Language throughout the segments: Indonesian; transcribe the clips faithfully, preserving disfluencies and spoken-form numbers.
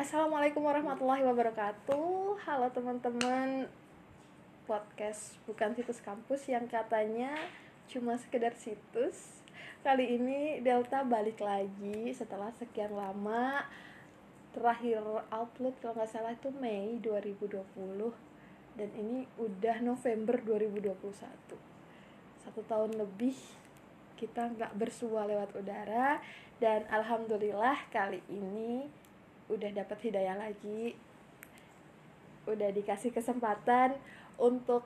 Assalamualaikum warahmatullahi wabarakatuh. Halo teman-teman podcast bukan situs kampus yang katanya cuma sekedar situs. Kali ini Delta balik lagi setelah sekian lama. Terakhir upload kalau nggak salah itu Mei dua ribu dua puluh dan ini udah November dua ribu dua puluh satu. Satu tahun lebih kita nggak bersua lewat udara, dan alhamdulillah kali ini udah dapat hidayah lagi, udah dikasih kesempatan untuk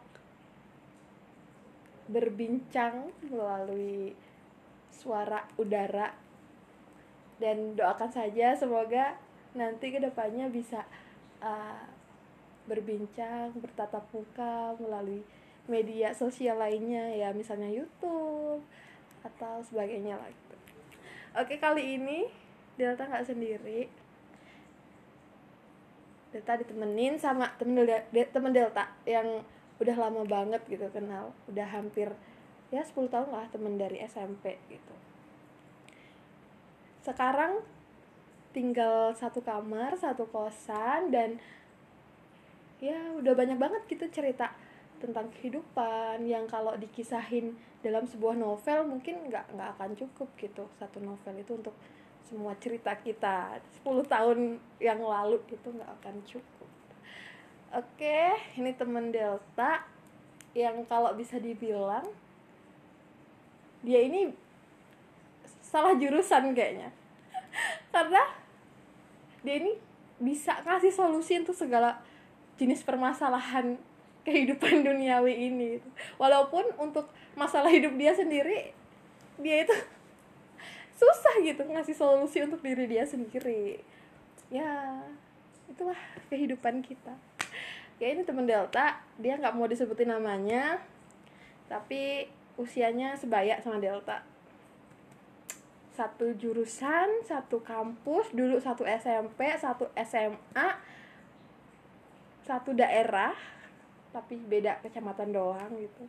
berbincang melalui suara udara, dan doakan saja semoga nanti kedepannya bisa uh, berbincang bertatap muka melalui media sosial lainnya ya, misalnya YouTube atau sebagainya lah gitu. Oke, kali ini Delta nggak sendiri. Delta ditemenin sama temen Delta, temen Delta yang udah lama banget gitu kenal, udah hampir ya sepuluh tahun lah, temen dari S M P gitu. Sekarang tinggal satu kamar, satu kosan, dan ya udah banyak banget gitu cerita tentang kehidupan yang kalau dikisahin dalam sebuah novel mungkin nggak nggak akan cukup gitu, satu novel itu untuk semua cerita kita sepuluh tahun yang lalu itu nggak akan cukup. Oke, ini temen Delta yang kalau bisa dibilang dia ini salah jurusan kayaknya karena dia ini bisa ngasih solusi untuk segala jenis permasalahan kehidupan duniawi ini, walaupun untuk masalah hidup dia sendiri dia itu susah gitu ngasih solusi untuk diri dia sendiri. Ya itulah kehidupan kita. Ya ini temen Delta, dia nggak mau disebutin namanya, tapi usianya sebaya sama Delta, satu jurusan, satu kampus, dulu satu S M P, satu S M A, satu daerah, tapi beda kecamatan doang gitu.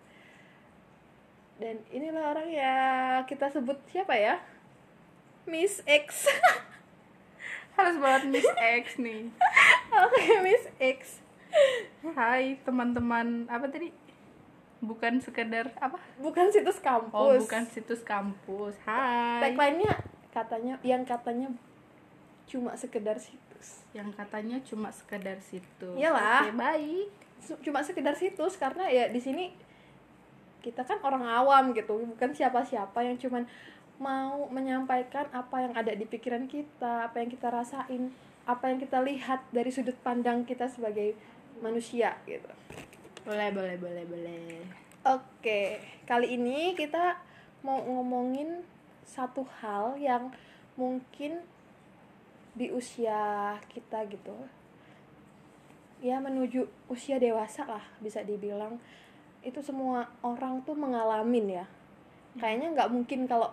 Dan inilah orang ya kita sebut siapa ya? Miss X. Harus banget Miss X nih. Oke, Miss X. Hai teman-teman, apa tadi? Bukan sekedar apa? Bukan situs kampus. Oh, bukan situs kampus. Hai. Tagline-nya katanya yang katanya cuma sekedar situs. Yang katanya cuma sekedar situs. Iyalah. Oke, baik. Cuma sekedar situs karena ya di sini kita kan orang awam gitu, bukan siapa-siapa yang cuman mau menyampaikan apa yang ada di pikiran kita, apa yang kita rasain, apa yang kita lihat dari sudut pandang kita sebagai manusia gitu. Boleh, boleh, boleh, boleh. Oke, kali ini kita mau ngomongin satu hal yang mungkin di usia kita gitu, ya menuju usia dewasa lah bisa dibilang, itu semua orang tuh mengalamin ya. Kayaknya nggak mungkin kalau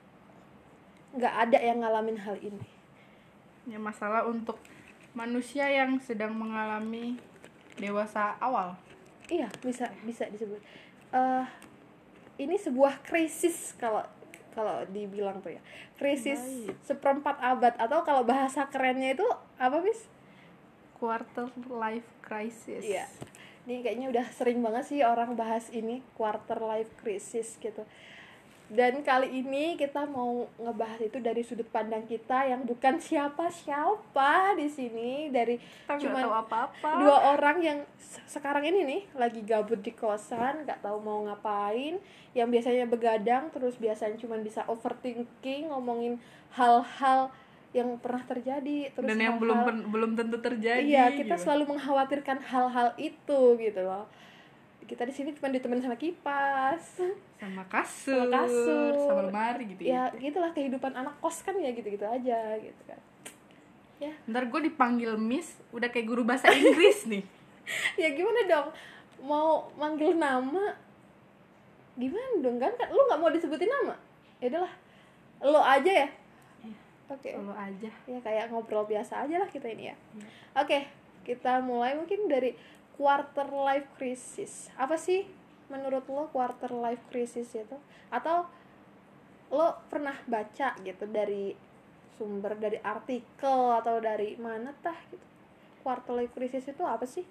nggak ada yang ngalamin hal ini. Ya, masalah untuk manusia yang sedang mengalami dewasa awal. Iya, bisa bisa disebut. Uh, ini sebuah krisis kalau kalau dibilang tuh ya. Krisis Baik. seperempat abad, atau kalau bahasa kerennya itu apa, Miss? Quarter life crisis. Iya. Ini kayaknya udah sering banget sih orang bahas ini, quarter life crisis gitu. Dan kali ini kita mau ngebahas itu dari sudut pandang kita yang bukan siapa-siapa di sini, dari cuma dua orang yang sekarang ini nih lagi gabut di kosan, nggak tahu mau ngapain, yang biasanya begadang terus biasanya cuma bisa overthinking, ngomongin hal-hal yang pernah terjadi terus dan yang belum belum tentu terjadi. Iya, kita gitu. Selalu mengkhawatirkan hal-hal itu gitu loh. Kita di sini cuma ditemenin sama kipas, sama kasur, sama kasur, sama lemari gitu ya. Ya, gitulah kehidupan anak kos kan ya, gitu-gitu aja gitu kan. Ya, ntar gue dipanggil Miss, udah kayak guru bahasa Inggris nih. Ya gimana dong? Mau manggil nama? Gimana dong kan? Lu nggak mau disebutin nama? Ya udahlah, lo aja ya. Oke. Okay. Lo aja. Ya kayak ngobrol biasa aja lah kita ini ya. ya. Oke, okay, kita mulai mungkin dari quarter life crisis. Apa sih menurut lo quarter life crisis itu? Atau lo pernah baca gitu dari sumber dari artikel atau dari mana tah gitu. Quarter life crisis itu apa sih?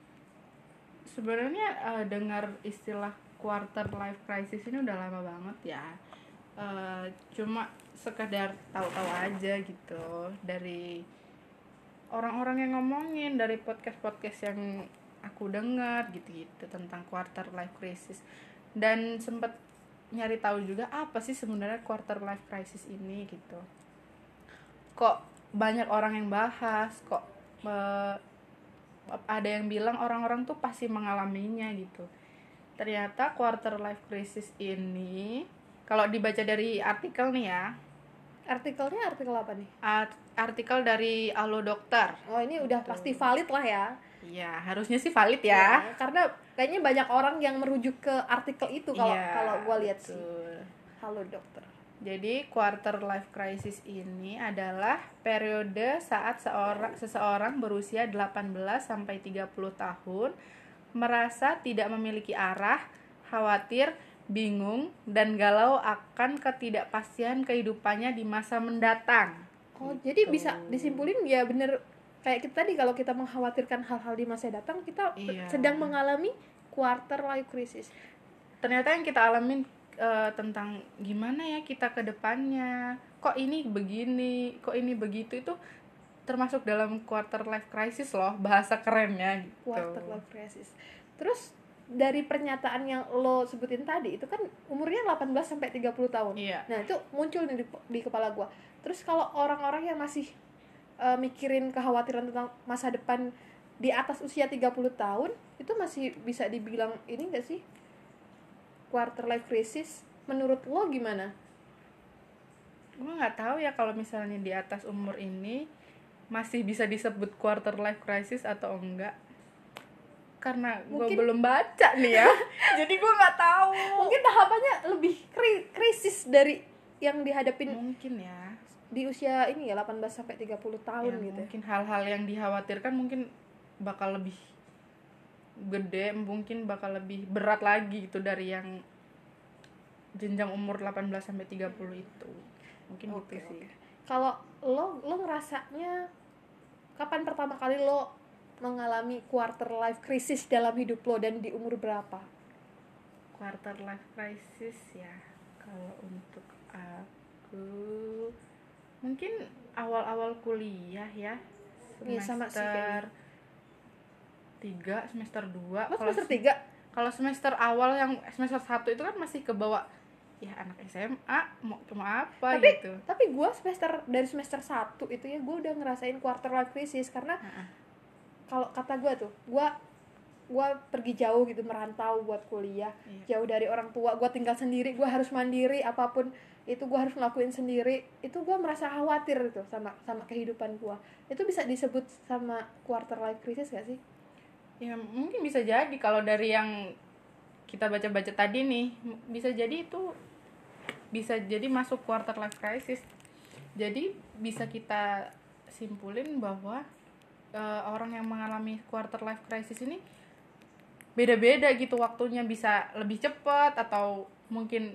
Sebenarnya uh, dengar istilah quarter life crisis ini udah lama banget ya. Uh, cuma sekedar tahu-tahu aja gitu dari orang-orang yang ngomongin, dari podcast-podcast yang aku dengar gitu-gitu tentang quarter life crisis. Dan sempet nyari tahu juga apa sih sebenarnya quarter life crisis ini gitu. Kok banyak orang yang bahas, kok uh, ada yang bilang orang-orang tuh pasti mengalaminya gitu. Ternyata quarter life crisis ini kalau dibaca dari artikel nih ya. Artikelnya artikel apa nih? Art- artikel dari Allo Dokter. Oh, ini udah gitu. pasti valid lah ya. Iya, harusnya sih valid ya. ya. Karena kayaknya banyak orang yang merujuk ke artikel itu kalau ya, kalau gua lihat sih. Halo Dokter. Jadi quarter life crisis ini adalah periode saat seorang seseorang berusia delapan belas sampai tiga puluh tahun merasa tidak memiliki arah, khawatir, bingung, dan galau akan ketidakpastian kehidupannya di masa mendatang. Oh, gitu. Jadi bisa disimpulin ya bener kayak kita tadi, kalau kita mengkhawatirkan hal-hal di masa datang, kita iya. sedang mengalami quarter life crisis. Ternyata yang kita alamin uh, tentang gimana ya kita ke depannya, kok ini begini, kok ini begitu, itu termasuk dalam quarter life crisis loh, bahasa kerennya gitu. Quarter life crisis. Terus dari pernyataan yang lo sebutin tadi itu kan umurnya delapan belas sampai tiga puluh tahun. Iya. Nah, itu muncul nih di, di kepala gua. Terus kalau orang-orang yang masih uh, mikirin kekhawatiran tentang masa depan di atas usia tiga puluh tahun, itu masih bisa dibilang ini enggak sih? Quarter life crisis. Menurut lo gimana? Gue nggak tahu ya kalau misalnya di atas umur ini masih bisa disebut quarter life crisis atau enggak, karena gue belum baca nih ya. Jadi gue nggak tahu. Mungkin tahapannya lebih kri- krisis dari yang dihadapin mungkin ya di usia ini ya delapan belas sampai tiga puluh tahun ya, gitu. Mungkin hal-hal yang dikhawatirkan mungkin bakal lebih gede, mungkin bakal lebih berat lagi gitu dari yang jenjang umur delapan belas sampai tiga puluh itu. Mungkin okay, gitu sih. Okay. Kalau lo lo ngerasanya kapan pertama kali lo mengalami quarter life crisis dalam hidup lo, dan di umur berapa? Quarter life crisis ya, kalau untuk aku mungkin awal-awal kuliah ya, semester ya, sama sih, tiga, semester dua. Lo semester tiga? Kalau semester awal yang semester satu itu kan masih kebawa ya anak S M A mau mau apa tapi, gitu. Tapi gue semester dari semester satu itu ya gue udah ngerasain quarter life crisis, karena uh-uh. kalau kata gue tuh, gue gue pergi jauh gitu, merantau buat kuliah, iya. jauh dari orang tua, gue tinggal sendiri, gue harus mandiri, apapun itu gue harus ngelakuin sendiri. Itu gue merasa khawatir gitu sama sama kehidupan gue. Itu bisa disebut sama quarter life crisis gak sih? Ya mungkin bisa jadi, kalau dari yang kita baca-baca tadi nih, bisa jadi itu bisa jadi masuk quarter life crisis. Jadi bisa kita simpulin bahwa uh, orang yang mengalami quarter life crisis ini beda-beda gitu waktunya, bisa lebih cepat atau mungkin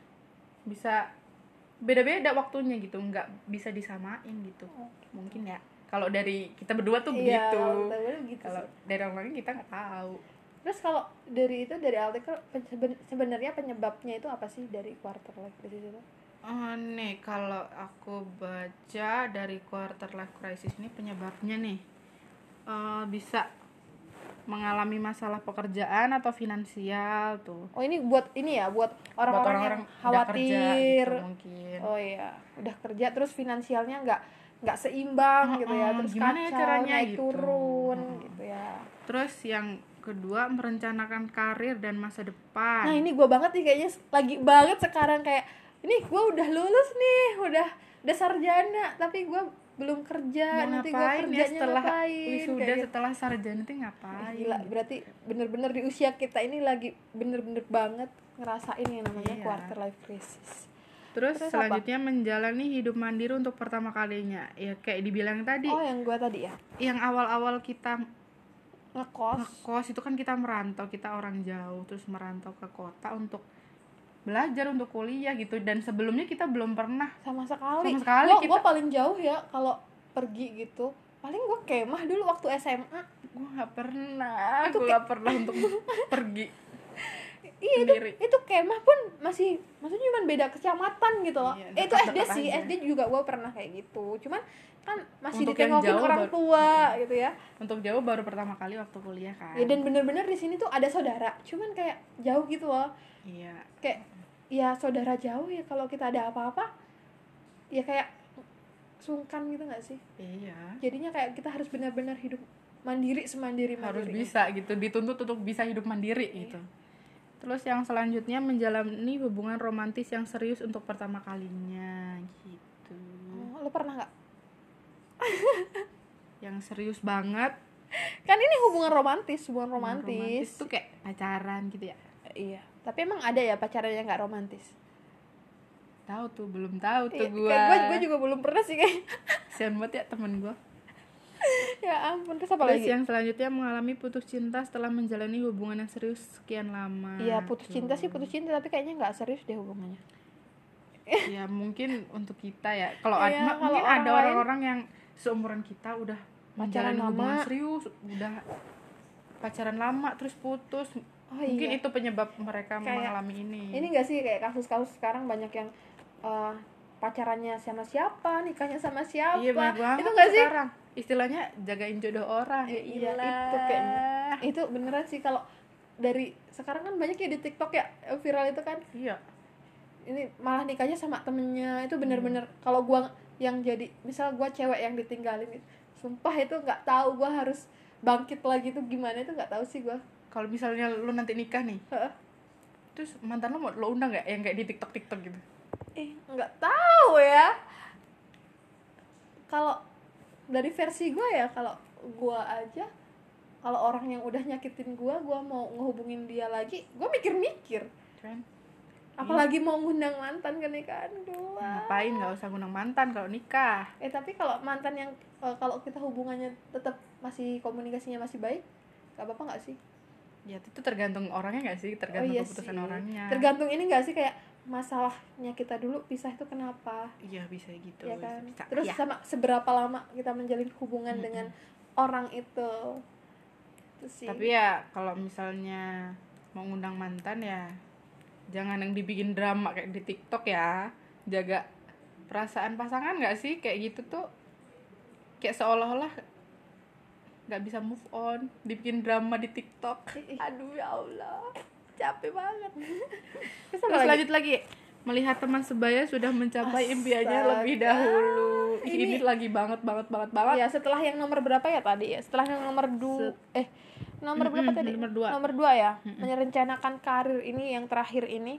bisa beda-beda waktunya gitu, nggak bisa disamain gitu. Mungkin ya kalau dari kita berdua tuh iya, begitu, gitu kalau dari orang lain kita nggak tahu. Terus kalau dari itu, dari artikel sebenarnya penyebabnya itu apa sih dari quarter life crisis itu? Oh, nih kalau aku baca dari quarter life crisis ini penyebabnya nih uh, bisa mengalami masalah pekerjaan atau finansial tuh. Oh, ini buat ini ya, buat orang-orang yang khawatir gitu, mungkin. Oh iya, udah kerja terus finansialnya nggak nggak seimbang oh, gitu ya, terus gimana kacau, ya caranya naik gitu. turun hmm. gitu ya. Terus yang kedua, merencanakan karir dan masa depan. Nah, ini gue banget nih kayaknya, lagi banget sekarang, kayak ini gue udah lulus nih, udah udah sarjana, tapi gue belum kerja. Mau nanti gue kerjanya ya setelah ngapain, wisuda, kayak setelah sarjana itu ngapain? Gila, berarti bener-bener di usia kita ini lagi bener-bener banget ngerasain yang namanya iya. quarter life crisis. Terus, Terus selanjutnya apa? Menjalani hidup mandiri untuk pertama kalinya. Ya kayak dibilang tadi. Oh, yang gue tadi ya. Yang awal-awal kita ngekos ngekos itu kan kita merantau, kita orang jauh terus merantau ke kota untuk belajar untuk kuliah gitu, dan sebelumnya kita belum pernah sama sekali. Sama sekali Gua, kita- gua paling jauh ya kalau pergi gitu. Paling gua kemah dulu waktu S M A. gue nggak pernah Itu gue kayak- nggak pernah untuk pergi Iya itu sendiri. itu kemah pun masih maksudnya cuma beda kecamatan gitu loh. Iya, eh, itu S D dekat-dekat sih, aja. S D juga gua pernah kayak gitu. Cuman kan masih Untuk yang ditengokin jauh orang baru- tua gitu ya. Untuk jauh baru pertama kali waktu kuliah kan. Ya dan bener-bener di sini tuh ada saudara. Cuman kayak jauh gitu loh. Iya. Kayak ya saudara jauh ya, kalau kita ada apa-apa ya kayak sungkan gitu nggak sih? Iya. Jadinya kayak kita harus benar-benar hidup mandiri semandiri Harus mandiri. bisa gitu, dituntut untuk bisa hidup mandiri Iya. gitu. Terus yang selanjutnya menjalani hubungan romantis yang serius untuk pertama kalinya gitu. Oh, lo pernah nggak? Yang serius banget. Kan ini hubungan romantis, hubungan Hubungan romantis. tuh kayak pacaran gitu ya. Iya. Tapi emang ada ya pacaran yang nggak romantis? Tahu tuh, belum tahu tuh Iya, gua. kayak gue, gue juga belum pernah sih kayak. Kasian banget ya temen gua. Ya ampun, terus apa Terus lagi? yang selanjutnya mengalami putus cinta setelah menjalani hubungan yang serius sekian lama. Iya, putus Tuh. cinta sih putus cinta, tapi kayaknya nggak serius deh hubungannya. Ya mungkin untuk kita ya. Kalau Iya, ada kalau mungkin orang ada lain- orang-orang yang seumuran kita udah Pacaran menjalani hubungan lama. serius, udah pacaran lama terus putus. Oh Mungkin iya. itu penyebab mereka Kayak- mengalami ini. Ini nggak sih kayak kasus-kasus sekarang banyak yang eh, pacarannya sama siapa, nikahnya sama siapa? Iya banyak banget Itu nggak sih? sekarang. Istilahnya jagain jodoh orang. Eh, iya, Iyalah. itu kayaknya. Itu beneran sih kalau dari sekarang kan banyak ya di TikTok ya viral itu kan. Iya. Ini malah nikahnya sama temennya, itu bener-bener kalau gua yang jadi misal gua cewek yang ditinggalin, sumpah itu nggak tahu gua harus bangkit lagi tuh gimana, itu nggak tahu sih gua. Kalau misalnya lu nanti nikah nih, Heeh. terus mantan lu mau lo undang nggak yang kayak di TikTok TikTok gitu? Eh nggak tahu ya. Kalau dari versi gua ya, kalau gua aja, kalau orang yang udah nyakitin gua, gua mau ngehubungin dia lagi, gua mikir-mikir. Kan? Apalagi mau ngundang mantan ke nikahan gua. Ngapain, nggak usah ngundang mantan kalau nikah. Eh tapi kalau mantan yang eh, kalau kita hubungannya tetap masih komunikasinya masih baik, gak apa-apa nggak sih? Ya itu tergantung orangnya nggak sih, tergantung iya keputusan sih. orangnya. Tergantung ini nggak sih kayak masalahnya kita dulu pisah itu kenapa? Iya bisa gitu. Ya kan. Bisa. Terus Ya. sama seberapa lama kita menjalin hubungan Mm-mm. dengan orang itu. Itu sih. Tapi ya kalau misalnya mau ngundang mantan ya jangan yang dibikin drama kayak di TikTok ya. Jaga perasaan pasangan nggak sih, kayak gitu tuh kayak seolah-olah nggak bisa move on, dibikin drama di TikTok. Ih, ih. Aduh ya Allah, capek banget. Terus apa Terus lagi? lanjut lagi, melihat teman sebaya sudah mencapai Astaga. impiannya lebih dahulu. Ih, Ini- ini, lagi banget banget banget banget. Ya setelah yang nomor berapa ya tadi ya? Setelah yang nomor dua eh nomor berapa Mm-mm, tadi? nomor dua. Nomor dua ya. Mm-mm. Merencanakan karir ini yang terakhir ini.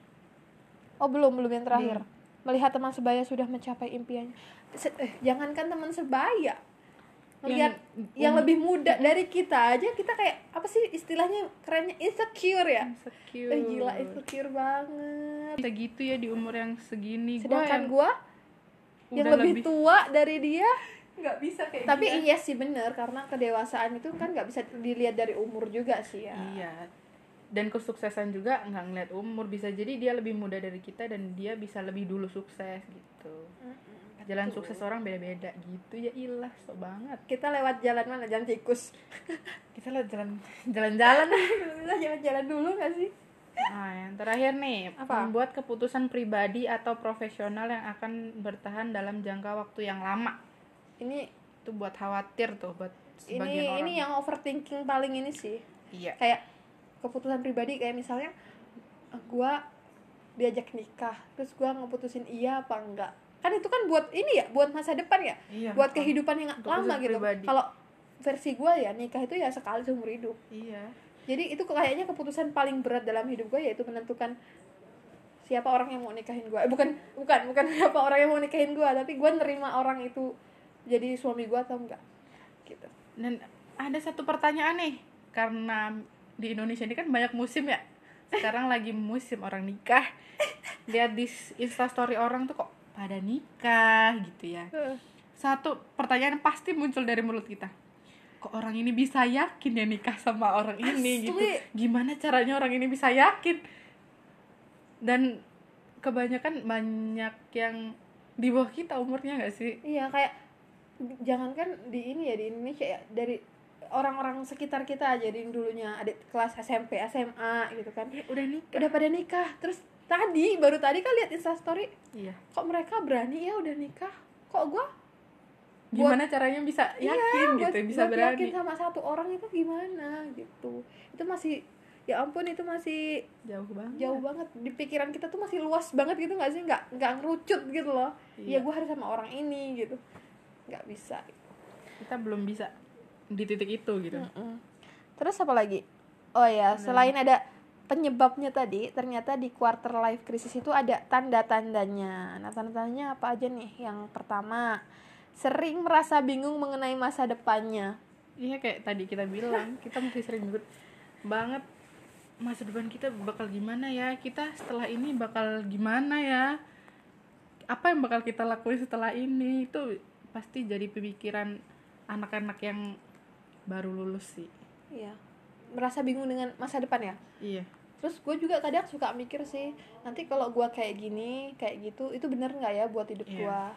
Oh belum belum yang terakhir. Melihat teman sebaya sudah mencapai impiannya. Se- eh, jangankan teman sebaya. Melihat yang, um- lebih muda dari kita aja, kita kayak apa sih istilahnya kerennya, insecure ya. insecure. Eh gila insecure banget. Bisa gitu ya di umur yang segini. Sedangkan gua gua yang udah lebih, tua dari dia. nggak bisa kayak Tapi dia. iya sih bener, karena kedewasaan itu kan nggak bisa dilihat dari umur juga sih ya. Iya. Dan kesuksesan juga nggak ngeliat umur, bisa jadi dia lebih muda dari kita dan dia bisa lebih dulu sukses gitu. Jalan Betul. sukses orang beda-beda gitu ya, ilah so banget. Kita lewat jalan mana? Jalan tikus. Kita lihat jalan jalan-jalan. Kita jalan-jalan dulu nggak sih? Nah, yang terakhir nih, Apa? membuat keputusan pribadi atau profesional yang akan bertahan dalam jangka waktu yang lama. Ini Itu buat khawatir tuh buat ini sebagian orang. ini yang overthinking paling ini sih. Iya. Kayak keputusan pribadi, kayak misalnya eh, gua diajak nikah, terus gua ngeputusin iya apa enggak. Kan itu kan buat ini ya, buat masa depan ya. Iya. Buat kehidupan yang Keputusan lama gitu. pribadi. Kalau versi gua ya, nikah itu ya sekali seumur hidup. Iya. Jadi itu kayaknya keputusan paling berat dalam hidup gue, yaitu menentukan siapa orang yang mau nikahin gue. Eh, bukan bukan bukan siapa orang yang mau nikahin gue, tapi gue nerima orang itu jadi suami gue atau enggak. Gitu. Dan ada satu pertanyaan nih, karena di Indonesia ini kan banyak musim ya. Sekarang lagi musim orang nikah. Lihat di Instastory orang tuh kok pada nikah gitu ya. Satu pertanyaan pasti muncul dari mulut kita. Kok orang ini bisa yakin ya nikah sama orang ini Asli. gitu. Gimana caranya orang ini bisa yakin? Dan kebanyakan banyak yang di bawah kita umurnya nggak sih? Iya, kayak jangankan di ini ya, di Indonesia ya, dari orang-orang sekitar kita aja, di dulunya adik kelas S M P, S M A gitu kan, Ya, udah nikah. udah pada nikah. Terus tadi baru tadi kan lihat Instastory, Iya. kok mereka berani ya udah nikah, kok gua Gimana caranya bisa yakin iya, gitu, buat, bisa buat berani. yakin sama satu orang itu gimana gitu. Itu masih, ya ampun, itu masih Jauh banget. jauh banget. Di pikiran kita tuh masih luas banget gitu nggak sih, nggak nggak ngerucut gitu loh. Iya. Ya gue harus sama orang ini gitu, nggak bisa. Kita belum bisa di titik itu gitu. Mm-mm. Terus apa lagi? Oh ya, selain ada penyebabnya tadi, ternyata di quarter life crisis itu ada tanda-tandanya. Nah, tanda-tandanya apa aja nih? Yang pertama, sering merasa bingung mengenai masa depannya. Iya, kayak tadi kita bilang, kita masih sering banget banget masa depan kita bakal gimana ya, kita setelah ini bakal gimana ya, apa yang bakal kita lakuin setelah ini. Itu pasti jadi pemikiran anak-anak yang baru lulus sih. Iya, merasa bingung dengan masa depan ya. Iya. Terus gue juga kadang suka mikir sih, nanti kalau gue kayak gini, kayak gitu, itu bener nggak ya buat hidup Iya. gue?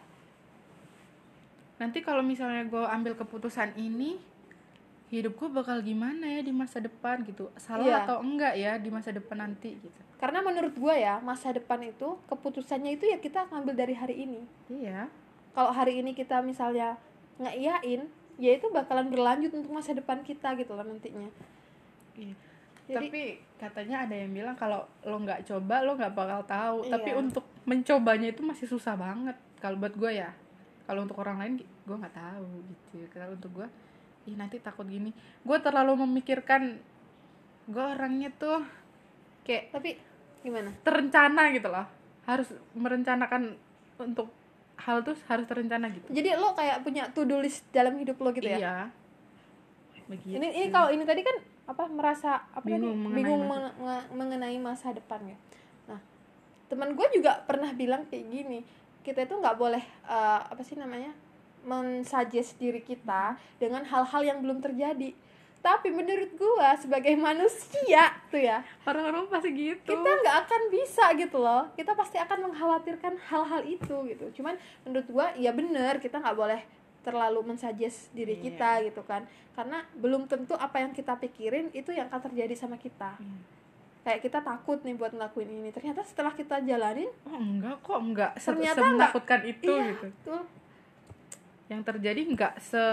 Nanti kalau misalnya gue ambil keputusan ini, hidup gue bakal gimana ya di masa depan gitu, salah Iya. atau enggak ya di masa depan nanti gitu. Karena menurut gue ya, masa depan itu keputusannya itu ya kita ngambil dari hari ini. Iya. Kalau hari ini kita misalnya ngeiyain, ya itu bakalan berlanjut untuk masa depan kita gitu loh nantinya. Iya. Jadi, Tapi katanya ada yang bilang kalau lo nggak coba lo nggak bakal tahu. Iya. Tapi untuk mencobanya itu masih susah banget kalau buat gue ya. Kalau untuk orang lain gue nggak tahu gitu. Kalau untuk gue, ih nanti takut gini. Gue terlalu memikirkan, gue orangnya tuh kayak tapi gimana? terencana gitu loh. Harus merencanakan untuk hal tuh harus terencana gitu. Jadi lo kayak punya to-do list dalam hidup lo gitu ya? Iya. Begitu. Ini ini kalau ini tadi kan apa merasa apa Bingung tadi? mengenai bingung masa- men- nge- mengenai masa depan ya. Nah, teman gue juga pernah bilang kayak gini, kita itu nggak boleh eh, apa sih namanya, mensuggest diri kita dengan hal-hal yang belum terjadi. Tapi menurut gue sebagai manusia tuh ya, Orang-orang pasti gitu. kita nggak akan bisa gitu loh, kita pasti akan mengkhawatirkan hal-hal itu gitu. Cuman menurut gua ya bener, kita nggak boleh terlalu mensuggest diri Iya. kita gitu kan, karena belum tentu apa yang kita pikirin itu yang akan terjadi sama kita. Hmm. Kayak kita takut nih buat ngelakuin ini, ternyata setelah kita jalanin Oh enggak kok, enggak se- Ternyata semenakutkan itu iya gitu. tuh. Yang terjadi enggak se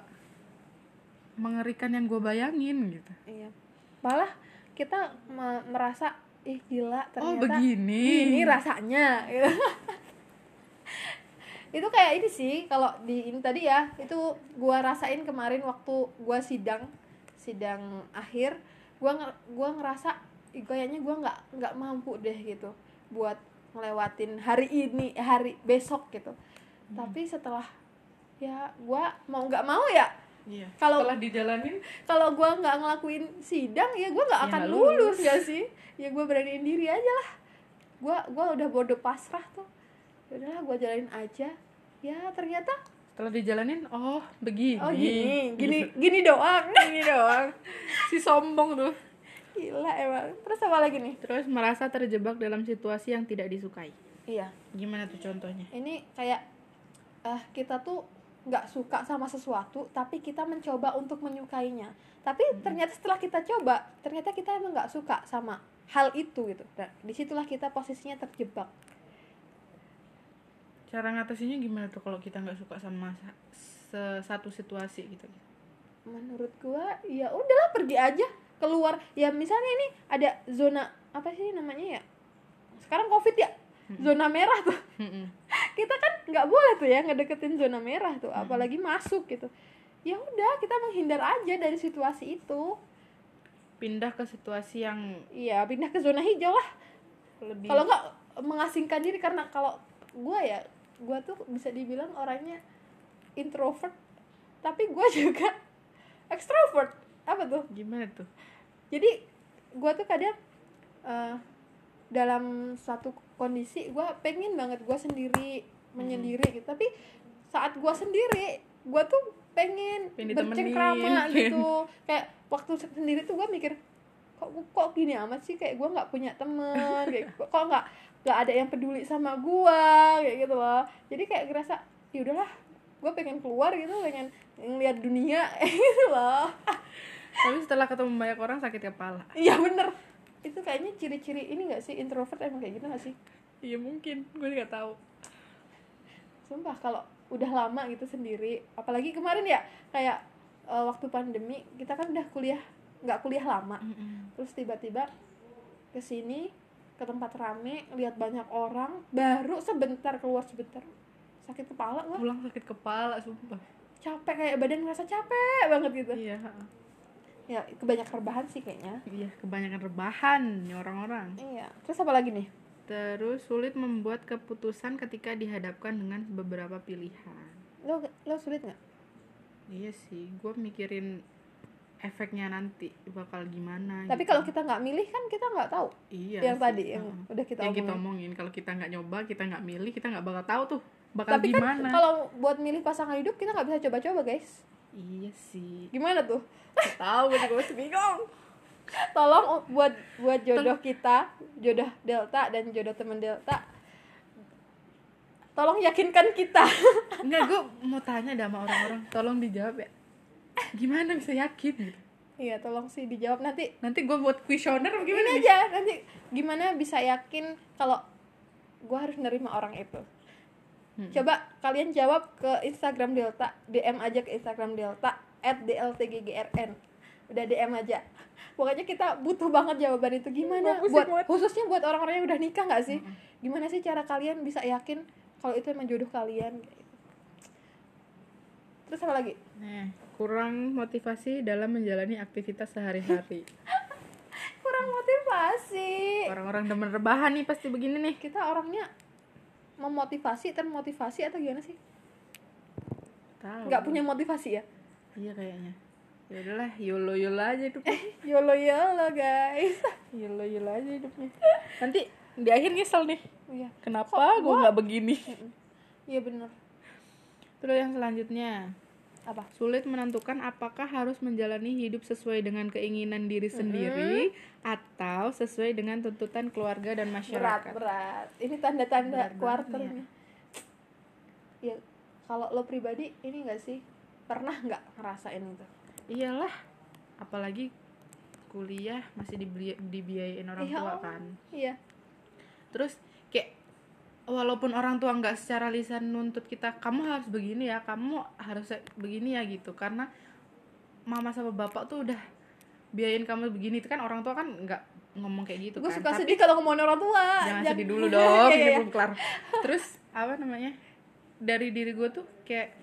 mengerikan yang gue bayangin gitu. Iya, malah kita me- merasa ih gila ternyata Oh begini. gini rasanya gitu. Itu kayak ini sih, kalau di ini tadi ya, itu gua rasain kemarin waktu gua sidang sidang akhir, gua nger- gua ngerasa ih, kayaknya gua nggak nggak mampu deh gitu buat ngelewatin hari ini, hari besok gitu. Hmm. Tapi setelah ya gua mau nggak mau ya, Iya. Kalau- Setelah dijalanin, kalau gua nggak ngelakuin sidang ya gua nggak Ya, akan nggak lulus. lulus. Ya sih, ya gua beraniin diri aja lah. Gua gua udah bodoh pasrah tuh, ya udahlah gua jalanin aja. Ya ternyata setelah dijalanin, oh begini. oh gini gini Gitu. gini doang. Gini doang. Si sombong tuh. Gila emang. Terus apa lagi nih? Terus merasa terjebak dalam situasi yang tidak disukai. Iya, Gimana tuh contohnya? ini kayak eh kita tuh nggak suka sama sesuatu tapi kita mencoba untuk menyukainya, tapi ternyata setelah kita coba ternyata kita emang nggak suka sama hal itu gitu. Nah, disitulah kita posisinya terjebak. Cara ngatasinnya gimana tuh kalau kita nggak suka sama sa- se- satu situasi gitu? Menurut gua ya udahlah, pergi aja keluar. Ya misalnya ini ada zona apa sih namanya ya, sekarang covid ya, zona merah tuh. Mm-mm. Kita kan nggak boleh tuh ya ngedeketin zona merah tuh, apalagi masuk gitu. Ya udah, kita menghindar aja dari situasi itu. Pindah ke situasi yang Iya, pindah ke zona hijau lah. lebih Kalau nggak mengasingkan diri, karena kalau gua ya, gua tuh bisa dibilang orangnya introvert, tapi gua juga extrovert. Apa tuh? gimana tuh? Jadi gue tuh kadang uh, dalam satu kondisi gue pengen banget gue sendiri menyendiri gitu, tapi saat gue sendiri gue tuh pengen Pengen bercengkrama ditemenin. gitu. Kayak waktu sendiri tuh gue mikir kok kok gini amat sih, kayak gue nggak punya temen, kayak kok kok nggak nggak ada yang peduli sama gue kayak gitu loh. Jadi kayak ngerasa ya udahlah, gue pengen keluar gitu, pengen ngeliat dunia gitu loh. Tapi setelah ketemu banyak orang sakit kepala. Iya bener, itu kayaknya ciri-ciri ini nggak sih, introvert emang kayak gitu nggak sih? Iya mungkin, gue nggak tahu. Sumpah kalau udah lama gitu sendiri, apalagi kemarin ya kayak uh, waktu pandemi kita kan udah kuliah, nggak kuliah lama, Mm-mm. terus tiba-tiba kesini ke tempat rame, lihat banyak orang, baru sebentar keluar sebentar sakit kepala gua. Pulang sakit kepala, sumpah. Capek, kayak badan ngerasa capek banget gitu. Iya. Ya kebanyakan rebahan sih kayaknya. Iya, kebanyakan rebahan nih orang-orang. Iya. Terus apa lagi nih? Terus sulit membuat keputusan ketika dihadapkan dengan beberapa pilihan. Lo lo sulit nggak? Iya sih, gue mikirin efeknya nanti bakal gimana. Tapi gitu. kalau kita nggak milih kan kita nggak tahu. Iya Yang sih. tadi yang uh-uh. udah kita yang omongin. kita omongin, kalau kita nggak nyoba, kita nggak milih, kita nggak bakal tahu tuh bakal Tapi gimana. kan kalau buat milih pasangan hidup kita nggak bisa coba-coba guys. Iya sih. Gimana tuh? Gak tahu, gue juga masih bingung. Tolong buat buat jodoh kita, jodoh Delta dan jodoh teman Delta, tolong yakinkan kita. Enggak, gue mau tanya dah sama orang-orang, tolong dijawab ya. Gimana bisa yakin gitu? Iya, tolong sih dijawab nanti. Nanti gue buat kuesioner apa gimana Ini nih? aja nanti gimana bisa yakin kalau gue harus nerima orang itu. Hmm. Coba kalian jawab ke Instagram Delta, D M aja ke Instagram Delta at d l t g g r n. Udah D M aja. Pokoknya kita butuh banget jawaban itu. Gimana Gua pusing buat banget. khususnya buat orang-orang yang udah nikah nggak sih? Mm-mm. Gimana sih cara kalian bisa yakin kalau itu emang jodoh kalian? Terus apa lagi? Nah, kurang motivasi dalam menjalani aktivitas sehari-hari. Kurang motivasi. Orang-orang demen rebahan nih pasti begini nih. Kita orangnya memotivasi, termotivasi atau gimana sih? Tahu. Nggak punya motivasi ya? Iya kayaknya. Ya udahlah, yolo yolo aja hidupnya. Yolo yolo guys. Yolo yolo aja hidupnya. Nanti di akhir nyesel nih. Iya. Kenapa Kok gue gua- nggak begini? Iya bener. Terus yang selanjutnya, Apa? sulit menentukan apakah harus menjalani hidup sesuai dengan keinginan diri sendiri atau sesuai dengan tuntutan keluarga dan Berat masyarakat. berat. Ini tanda-tanda Berat quarter banget, nih. Ya kalau lo pribadi ini nggak sih pernah nggak ngerasain itu? Iyalah, apalagi kuliah masih dibeli- dibiayain orang Iya, tua Allah. kan. Iya. Terus kayak walaupun orang tua nggak secara lisan nuntut kita, kamu harus begini ya, kamu harus begini ya gitu, karena mama sama bapak tuh udah biayain kamu begini, itu kan orang tua kan nggak ngomong kayak gitu Gue kan. suka Tapi sedih kalau ngomongin orang tua. jangan Jangan- sedih dulu dong, Iya, ini iya. belum kelar. Terus apa namanya, dari diri gue tuh kayak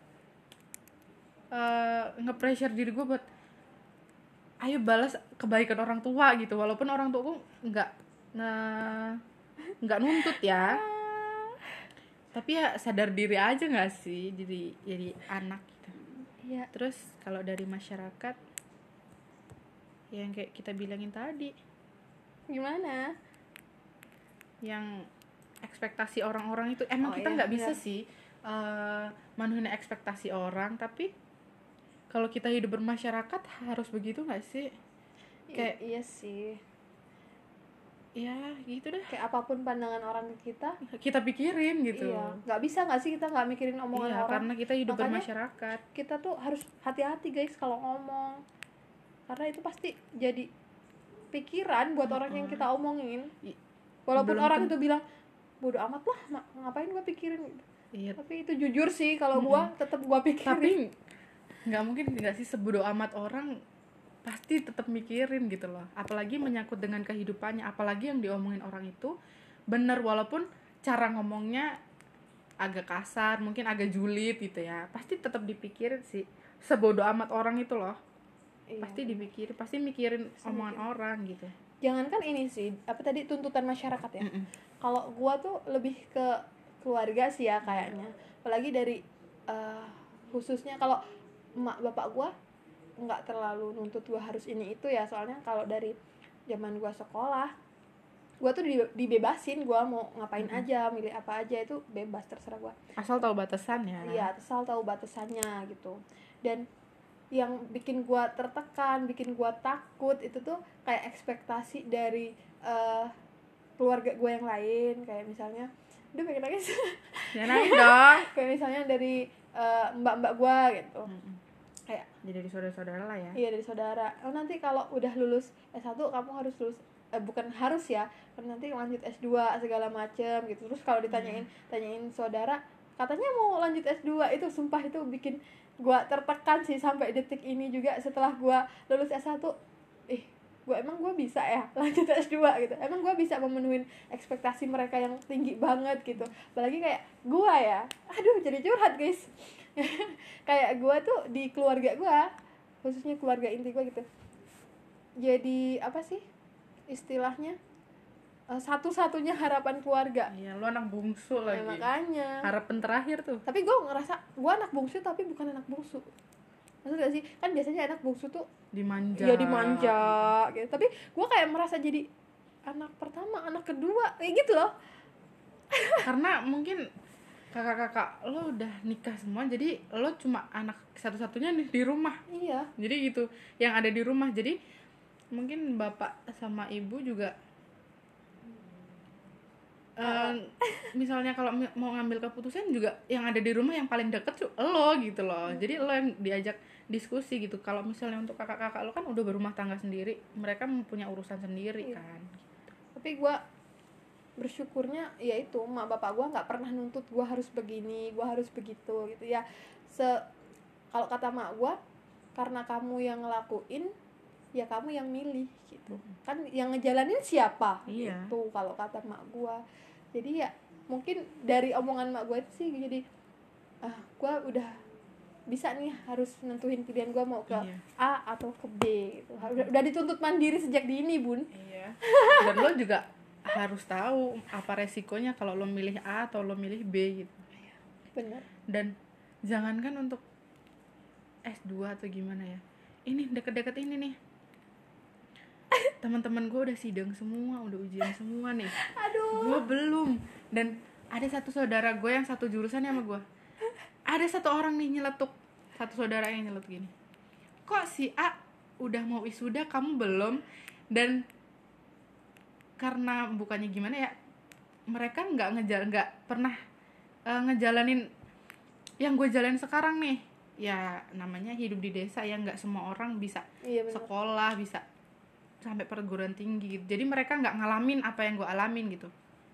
uh, nge-pressure diri gue buat ayo balas kebaikan orang tua gitu, walaupun orang tua gue nggak nge- nggak nuntut ya, tapi ya sadar diri aja nggak sih, jadi jadi anak gitu. Iya. Terus kalau dari masyarakat yang kayak kita bilangin tadi, Gimana? yang ekspektasi orang-orang itu emang Oh, kita iya, nggak bisa iya. sih uh, menuhin ekspektasi orang, tapi kalau kita hidup bermasyarakat harus begitu nggak sih? Kayak- I- iya sih. Ya gitu deh, Kayak apapun pandangan orang ke kita, kita pikirin gitu. iya. Nggak bisa nggak sih kita nggak mikirin omongan Iya, orang? karena kita hidup Makanya- bermasyarakat. Kita tuh harus hati-hati guys kalau ngomong, karena itu pasti jadi pikiran buat orang yang kita omongin. I- Walaupun belum orang tentu- itu bilang bodo amat lah, ma- ngapain gue pikirin gitu. Iya, Tapi itu jujur sih kalau gue tetap gue pikirin. tapi nggak mungkin nggak sih sebodoh amat orang, pasti tetap mikirin gitu loh, apalagi menyangkut dengan kehidupannya, apalagi yang diomongin orang itu bener, walaupun cara ngomongnya agak kasar, mungkin agak julid gitu ya, pasti tetap dipikirin sih, sebodoh amat orang itu loh. Iya. Pasti dipikirin, pasti mikirin Pasti omongan mikirin. orang gitu. Jangankan ini sih, apa tadi tuntutan masyarakat ya. Mm-mm. Kalau gue tuh lebih ke keluarga sih ya kayaknya, apalagi dari eh, khususnya kalau emak bapak gue nggak terlalu nuntut gue harus ini itu ya, soalnya kalau dari zaman gue sekolah gue tuh di- dibebasin, gue mau ngapain Mm-mm. aja, milih apa aja itu bebas, terserah gue. Asal tahu batasan ya. Iya, asal tahu batasannya gitu. Dan yang bikin gue tertekan, bikin gue takut itu tuh kayak ekspektasi dari uh, keluarga gue yang lain, kayak misalnya, aduh pengen nangis, ya nangis dong. Kayak misalnya dari uh, mbak-mbak gue gitu, Mm-mm. kayak jadi dari saudara-saudara lah ya. iya dari saudara, oh nanti kalau udah lulus S satu kamu harus lulus, eh, bukan harus ya, kan nanti lanjut S dua segala macem gitu. Terus kalau ditanyain tanyain saudara katanya mau lanjut S dua, itu sumpah itu bikin gua tertekan sih sampai detik ini juga setelah gua lulus S satu. Ih, gua emang gua bisa ya lanjut S dua gitu. Emang gua bisa memenuhi ekspektasi mereka yang tinggi banget gitu. Apalagi kayak gua ya. Aduh, jadi curhat, guys. Kayak gua tuh di keluarga gua, khususnya keluarga inti gua gitu. Jadi apa sih istilahnya? Uh, satu-satunya harapan keluarga. Iya, lu anak bungsu lagi. Ya, makanya. Harapan terakhir tuh. Tapi gue ngerasa gue anak bungsu tapi bukan anak bungsu. Maksud gak sih? Kan biasanya anak bungsu tuh dimanja. Ya dimanja gitu. Tapi gue kayak merasa jadi anak pertama, anak kedua, kayak gitu loh. Karena mungkin kakak-kakak lo udah nikah semua, jadi lo cuma anak satu-satunya nih di rumah. Iya. Jadi gitu, yang ada di rumah. Jadi mungkin bapak sama ibu juga Uh, misalnya kalau mau ngambil keputusan juga yang ada di rumah yang paling deket tuh lo gitu loh. Jadi lo yang diajak diskusi gitu. Kalau misalnya untuk kakak-kakak lo kan udah berumah tangga sendiri, mereka mempunyai urusan sendiri. Iya. Kan gitu. Tapi gue bersyukurnya ya itu mak bapak gue nggak pernah nuntut gue harus begini, gue harus begitu gitu ya. Se kalau kata mak gue, karena kamu yang ngelakuin ya kamu yang milih gitu. Kan yang ngejalanin siapa? Iya. Itu kalau kata mak gue. Jadi ya mungkin dari omongan mak gue sih jadi ah gue udah bisa nih harus nentuin pilihan gue mau ke iya. A atau ke B gitu. Udah, udah dituntut mandiri sejak dini, Bun. Iya. Dan lo juga harus tahu apa resikonya kalau lo milih A atau lo milih B gitu. Benar. Dan jangankan untuk S dua atau gimana ya. Ini deket-deket ini nih. Teman-teman gue udah sidang semua, udah ujian semua nih. Aduh. Gue belum. Dan ada satu saudara gue yang satu jurusan sama gue. Ada satu orang nih nyeletuk, satu saudara yang nyeletuk gini. Kok si A udah mau wisuda kamu belum? Dan karena bukannya gimana ya, mereka nggak ngejal, nggak pernah uh, ngejalanin yang gue jalanin sekarang nih. Ya namanya hidup di desa ya, nggak semua orang bisa iya, sekolah, bisa sampai perguruan tinggi gitu. Jadi mereka nggak ngalamin apa yang gue alamin gitu.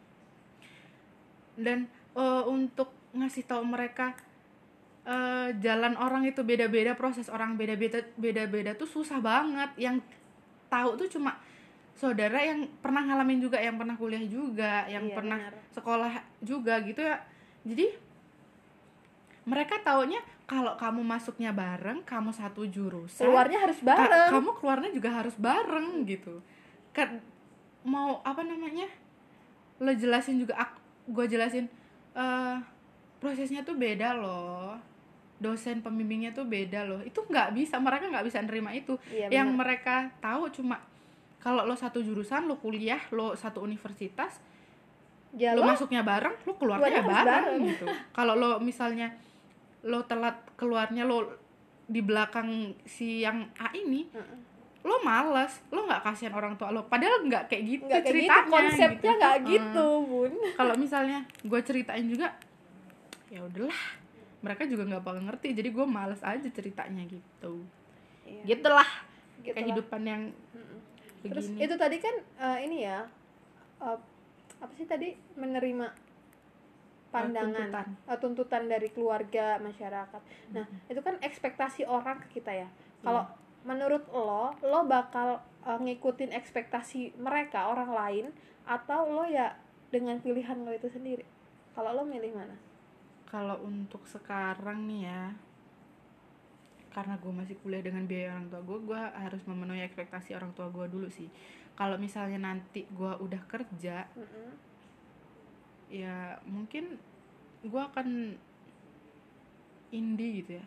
Dan uh, untuk ngasih tahu mereka uh, jalan orang itu beda-beda, proses orang beda-beda beda-beda tuh susah banget. Yang tahu tuh cuma saudara yang pernah ngalamin juga, yang pernah kuliah juga, yang iya, pernah benar. Sekolah juga gitu ya. Jadi mereka taunya kalau kamu masuknya bareng, kamu satu jurusan, keluarnya harus bareng. Ka- kamu keluarnya juga harus bareng gitu. Kan mau apa namanya? Lo jelasin juga, aku, gue jelasin uh, prosesnya tuh beda loh. Dosen pembimbingnya tuh beda loh. Itu nggak bisa, mereka nggak bisa nerima itu. Iya, yang bener. mereka tahu cuma kalau lo satu jurusan, lo kuliah, lo satu universitas, ya, lo, lo masuknya bareng, lo keluarnya bareng, bareng gitu. Kalau lo misalnya lo telat keluarnya, lo di belakang si yang A ini, uh-uh. lo malas, lo nggak kasihan orang tua lo. Padahal nggak kayak gitu gak kayak ceritanya. Gitu, konsepnya nggak gitu, gitu hmm. Bun. Kalau misalnya gue ceritain juga, ya udahlah, mereka juga nggak bakal ngerti. Jadi gue malas aja ceritanya gitu. Iya. Gitulah, gitulah kehidupan yang uh-uh. begini. Terus itu tadi kan uh, ini ya, uh, apa sih tadi, menerima pandangan, tuntutan. Uh, tuntutan dari keluarga, masyarakat. Nah, mm-hmm. itu kan ekspektasi orang ke kita ya. Kalau mm. menurut lo, lo bakal uh, ngikutin ekspektasi mereka, orang lain, atau lo ya dengan pilihan lo itu sendiri? Kalau lo milih mana? Kalau untuk sekarang nih ya, karena gue masih kuliah dengan biaya orang tua gue, gue harus memenuhi ekspektasi orang tua gue dulu sih. Kalau misalnya nanti gue udah kerja, mm-hmm. ya mungkin gue akan indie gitu ya.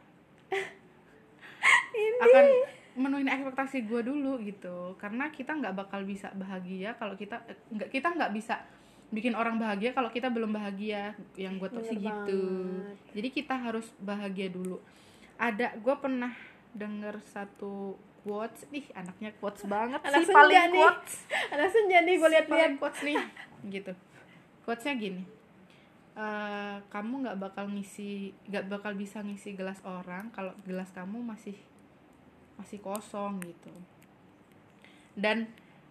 Indie. Akan menuhin ekspektasi gue dulu gitu, karena kita nggak bakal bisa bahagia kalau kita nggak kita nggak bisa bikin orang bahagia kalau kita belum bahagia. Yang gue tau sih gitu. Jadi kita harus bahagia dulu. Ada, gue pernah denger satu quotes, ih anaknya quotes banget Anak sih, senja paling nih. quotes Anak senja nih gue lihat-lihat. paling quotes nih gitu. Quotesnya gini, eh kamu nggak bakal ngisi nggak bakal bisa ngisi gelas orang kalau gelas kamu masih masih kosong gitu. Dan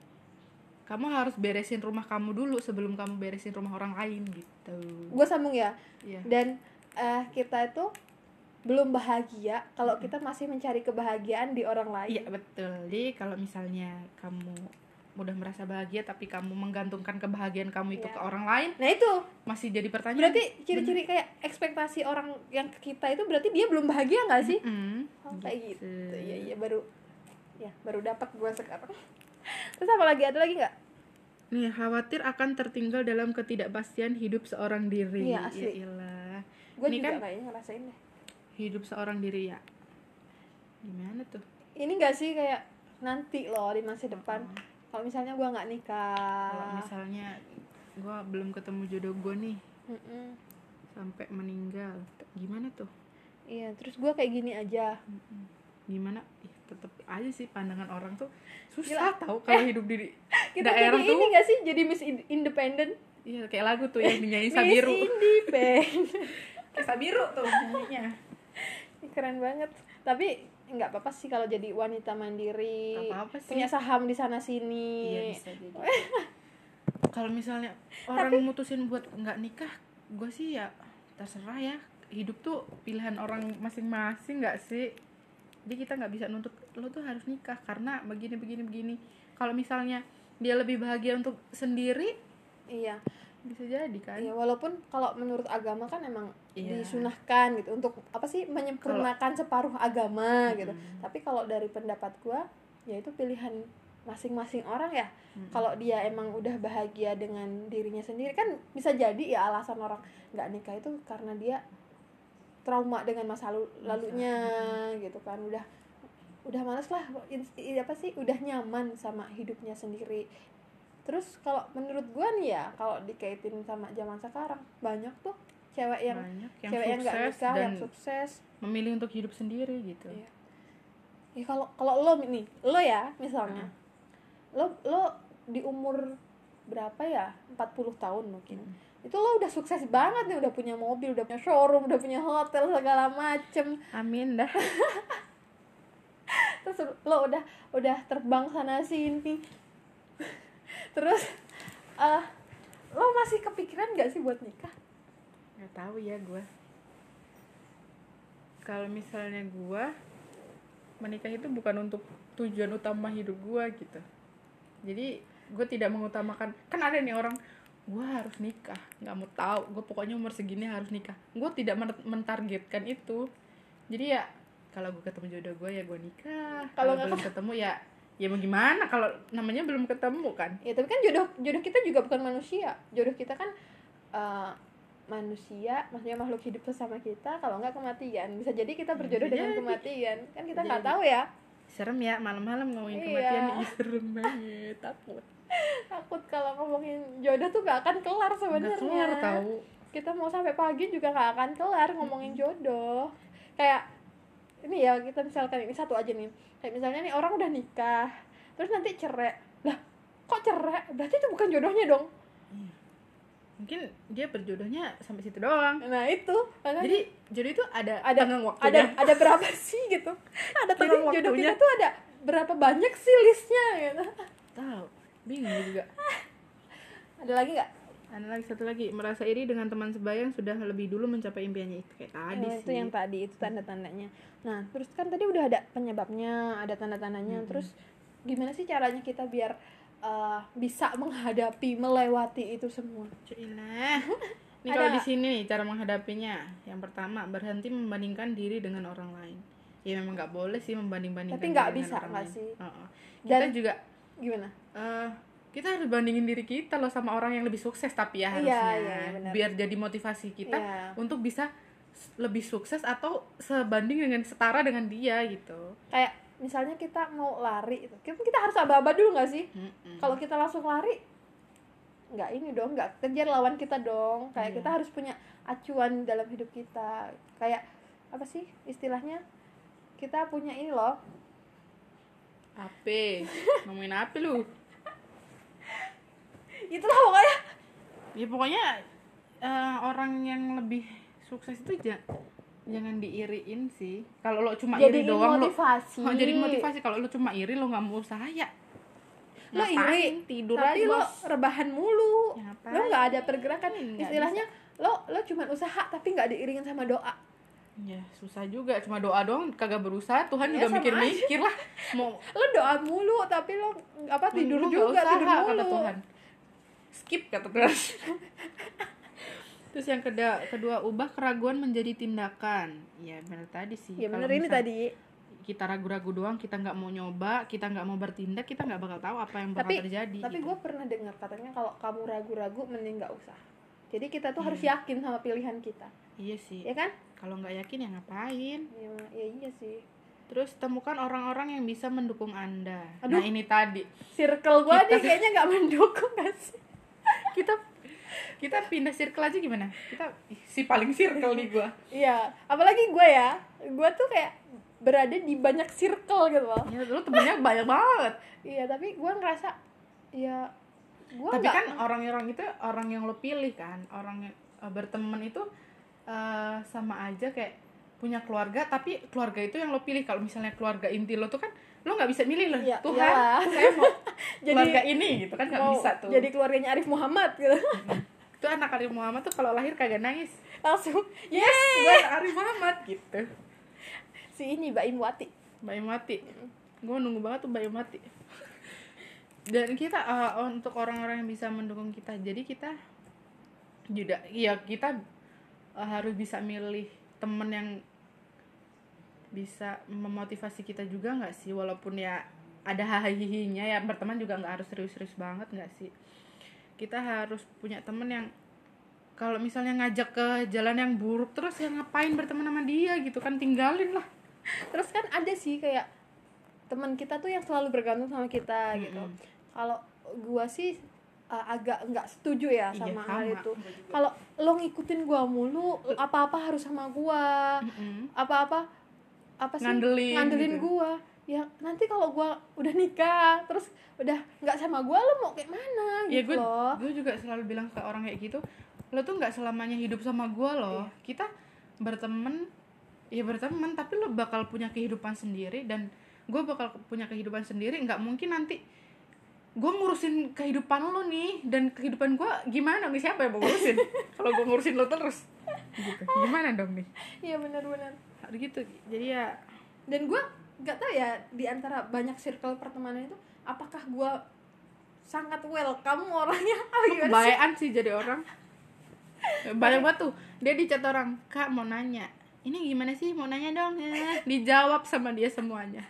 kamu harus beresin rumah kamu dulu sebelum kamu beresin rumah orang lain gitu. Gue sambung ya. Iya. Dan uh, kita itu belum bahagia kalau kita masih mencari kebahagiaan di orang lain. Iya betul. Jadi kalau misalnya kamu udah merasa bahagia tapi kamu menggantungkan kebahagiaan kamu itu Iya. ke orang lain, Nah itu masih jadi pertanyaan. berarti ciri-ciri kayak ekspektasi orang yang ke kita itu berarti dia belum bahagia nggak sih? Mm, Oh, kayak gitu. Iya iya baru ya baru dapat gue sekarang. Terus apa lagi, ada lagi nggak? Nih, khawatir akan tertinggal dalam ketidakpastian hidup seorang diri. Iya, asli. Ya iyalah. Gue Ini juga kan kayaknya ngerasain deh. hidup seorang diri ya. Gimana tuh? Ini nggak sih kayak nanti loh di masa depan. Oh. Kalau misalnya gue nggak nikah. Kalau misalnya gue belum ketemu jodoh gue nih Mm-mm. sampai meninggal, gimana tuh? Iya, terus gue kayak gini aja. Mm-mm. Gimana? Ih, tetep aja sih pandangan orang tuh Gila. susah tahu kalau hidup di Kita daerah jadi tuh. ini nggak sih, jadi Miss In- Independent. Iya, kayak lagu tuh yang dinyanyi Miss Sabiru. Independent. Kayak Sabiru tuh nyanyinya. Keren banget. Tapi nggak apa-apa sih kalau jadi wanita mandiri. Gak apa-apa sih. Punya saham di sana sini. Iya bisa jadi. Kalau misalnya orang mutusin buat nggak nikah, gue sih ya terserah ya. Hidup tuh pilihan orang masing-masing nggak sih? Jadi kita nggak bisa nuntut lo tuh harus nikah karena begini begini begini. Kalau misalnya dia lebih bahagia untuk sendiri, Iya. bisa jadi kan? Iya, walaupun kalau menurut agama kan emang Iya. disunahkan gitu untuk apa sih menyempurnakan separuh agama gitu. Mm-mm. Tapi kalau dari pendapat gua, ya itu pilihan masing-masing orang ya. Mm-mm. Kalau dia emang udah bahagia dengan dirinya sendiri, kan bisa jadi ya alasan orang nggak nikah itu karena dia trauma dengan masa lalu, lalunya gitu kan, udah udah males lah, in- i- apa sih udah nyaman sama hidupnya sendiri. Terus kalau menurut gua nih ya, kalau dikaitin sama zaman sekarang, banyak tuh cewek yang Banyak yang cewek yang nggak sukses nikah dan yang sukses. memilih untuk hidup sendiri gitu. Iya. Ya kalau kalau lo nih, lo ya misalnya, lo lo di umur berapa ya, empat puluh tahun mungkin, Mm. itu lo udah sukses banget nih, udah punya mobil, udah punya showroom, udah punya hotel segala macem. Amin dah. Terus lo udah udah terbang sana sini. Terus uh, lo masih kepikiran nggak sih buat nikah? Nggak tahu ya gue. Kalau misalnya gue menikah itu bukan untuk tujuan utama hidup gue gitu. Jadi gue tidak mengutamakan, kan ada nih orang gue harus nikah, nggak mau tahu, gue pokoknya umur segini harus nikah. Gue tidak men- mentargetkan itu. Jadi ya kalau gue ketemu jodoh gue ya gue nikah. Kalau Kalau nggak belum ketemu ya ya mau gimana, kalau namanya belum ketemu kan. Ya tapi kan jodoh jodoh kita juga bukan manusia. Jodoh kita kan uh, manusia, maksudnya makhluk hidup bersama kita. Kalau nggak kematian, bisa jadi kita berjodoh Bisa dengan jadi. kematian. Kan kita Jadi. nggak tahu ya. Serem ya malam-malam ngomongin Iya. kematian. Ih, serem banget, takut. Takut kalau ngomongin jodoh tuh nggak akan kelar Nggak sebenarnya. kelar tahu. Kita mau sampai pagi juga nggak akan kelar ngomongin jodoh. Kayak ini ya, kita misalkan ini satu aja nih, kayak misalnya nih orang udah nikah terus nanti cerai, lah kok cerai, berarti itu bukan jodohnya dong. Mungkin dia berjodohnya sampai situ doang. Nah itu makanya Jadi jodoh itu ada ada tenggang ada waktunya. ada berapa sih gitu, Ada jadi tenggang jodoh waktunya. kita tuh ada berapa banyak sih listnya gitu. Tahu, bingung juga. Ada lagi nggak? Ada lagi satu lagi, merasa iri dengan teman sebaya yang sudah lebih dulu mencapai impiannya itu kayak tadi Nah, sih. itu yang tadi, itu tanda-tandanya. Nah terus kan tadi udah ada penyebabnya, ada tanda-tandanya. Mm-mm. Terus gimana sih caranya kita biar uh, bisa menghadapi, melewati itu semua? Cuilah. Nih Ada kalau di nggak? sini nih cara menghadapinya. Yang pertama, berhenti membandingkan diri dengan orang lain. Ya memang nggak boleh sih membanding-bandingkan Tapi diri nggak dengan bisa, orang nggak lain. sih? Heeh. Kita Dan- juga Gimana? eh kita harus bandingin diri kita loh sama orang yang lebih sukses, tapi Iya, ya harusnya iya, iya, benar. biar jadi motivasi kita Iya. untuk bisa s- lebih sukses atau sebanding dengan setara dengan dia gitu. Kayak misalnya kita mau lari, kita, kita harus aba-aba dulu nggak sih? Mm-mm. Kalau kita langsung lari, nggak ini dong, nggak kejar lawan kita dong. Kayak Iya. kita harus punya acuan dalam hidup kita. Kayak apa sih istilahnya? kita punya ini loh. Ape, ngomongin apa lu? Itulah pokoknya. Ya pokoknya uh, orang yang lebih sukses itu ja- jangan diiriin sih. Kalau lo cuma iri Jadiin doang motivasi. lo, oh, jadi motivasi. Kalau lo cuma iri lo nggak mau usaha ya. Lo iri, tidur tapi aja lo bos. rebahan mulu. Ya, ngapain? Lo nggak ada pergerakan. Nggak Istilahnya lo lo cuma usaha tapi nggak diiringin sama doa. Ya susah juga, cuma doa doang kagak berusaha. Tuhan Ya, juga mikir-mikir lah. Mau Lo doa mulu tapi lo apa tidur lu juga nggak usaha, tidur mulu. kata Tuhan. Skip kata Tuhan. Terus yang kedua, kedua ubah keraguan menjadi tindakan. Ya benar tadi sih. Ya Kalau bener ini misal tadi. kita ragu-ragu doang, kita nggak mau nyoba, kita nggak mau bertindak, kita nggak bakal tahu apa yang bakal Tapi terjadi. tapi gitu. gue pernah dengar katanya kalau kamu ragu-ragu mending nggak usah. Jadi kita tuh Hmm. harus yakin sama pilihan kita, Iya sih. ya kan? Kalau nggak yakin ya ngapain? Ya, ya iya sih. Terus temukan orang-orang yang bisa mendukung Anda. Aduh. Nah ini tadi Circle gue Kita- nih kayaknya nggak mendukung gak sih? kita kita pindah circle aja gimana? Kita ih, si paling circle nih gua. Iya, apalagi gue ya, gue tuh kayak berada di banyak circle gitu loh. Ya lu temennya banyak banget. Iya, tapi gue ngerasa ya gue Tapi nggak- kan orang-orang itu orang yang lo pilih kan, orang yang uh, berteman itu uh, sama aja kayak punya keluarga, tapi keluarga itu yang lo pilih. Kalau misalnya keluarga inti lo tuh kan lo nggak bisa milih loh. Iya, Tuhan, iyalah. saya mau Jadi- keluarga ini gitu kan nggak mau bisa tuh. jadi keluarganya Arif Muhammad gitu. Itu anak Arif Muhammad tuh kalau lahir kagak nangis. Langsung Yes, gue anak Arif Muhammad gitu. si ini Mbak Imwati. Bayi mati. Gue nunggu banget tuh bayi mati. Dan kita uh, untuk orang-orang yang bisa mendukung kita, jadi kita juga ya kita uh, harus bisa milih temen yang bisa memotivasi kita juga nggak sih, walaupun ya ada hahihinya ya, berteman juga nggak harus serius-serius banget nggak sih. Kita harus punya temen yang kalau misalnya ngajak ke jalan yang buruk terus ya ngapain berteman sama dia gitu kan, tinggalin lah. Terus kan ada sih kayak teman kita tuh yang selalu bergantung sama kita gitu. Mm-mm. Kalau gua sih uh, agak nggak setuju ya Iya, sama sama. hal itu. Gua juga. Kalau lo ngikutin gua mulu, apa-apa harus sama gua. Mm-mm. Apa-apa apa sih Ngandelin ngandelin gitu. gua. Ya nanti kalau gua udah nikah, terus udah nggak sama gua, lo mau kayak mana Ya gitu gue loh. gue juga selalu bilang ke orang kayak gitu, lo tuh nggak selamanya hidup sama gue loh. Iya. Kita berteman ya berteman, tapi lo bakal punya kehidupan sendiri dan gue bakal punya kehidupan sendiri. Nggak mungkin nanti gue ngurusin kehidupan lo nih dan kehidupan gue gimana nih, siapa yang mau ngurusin kalau gue ngurusin lo terus gitu, gimana dong nih. Iya benar-benar. Harus gitu. Jadi ya Dan gua nggak tahu ya di antara banyak circle pertemanan itu apakah gua sangat welcome orangnya apa lo gimana sih? kebayaan sih jadi orang. Banyak banget tuh dia dicat orang, kak mau nanya ini gimana sih, mau nanya dong ya. Dijawab sama dia semuanya.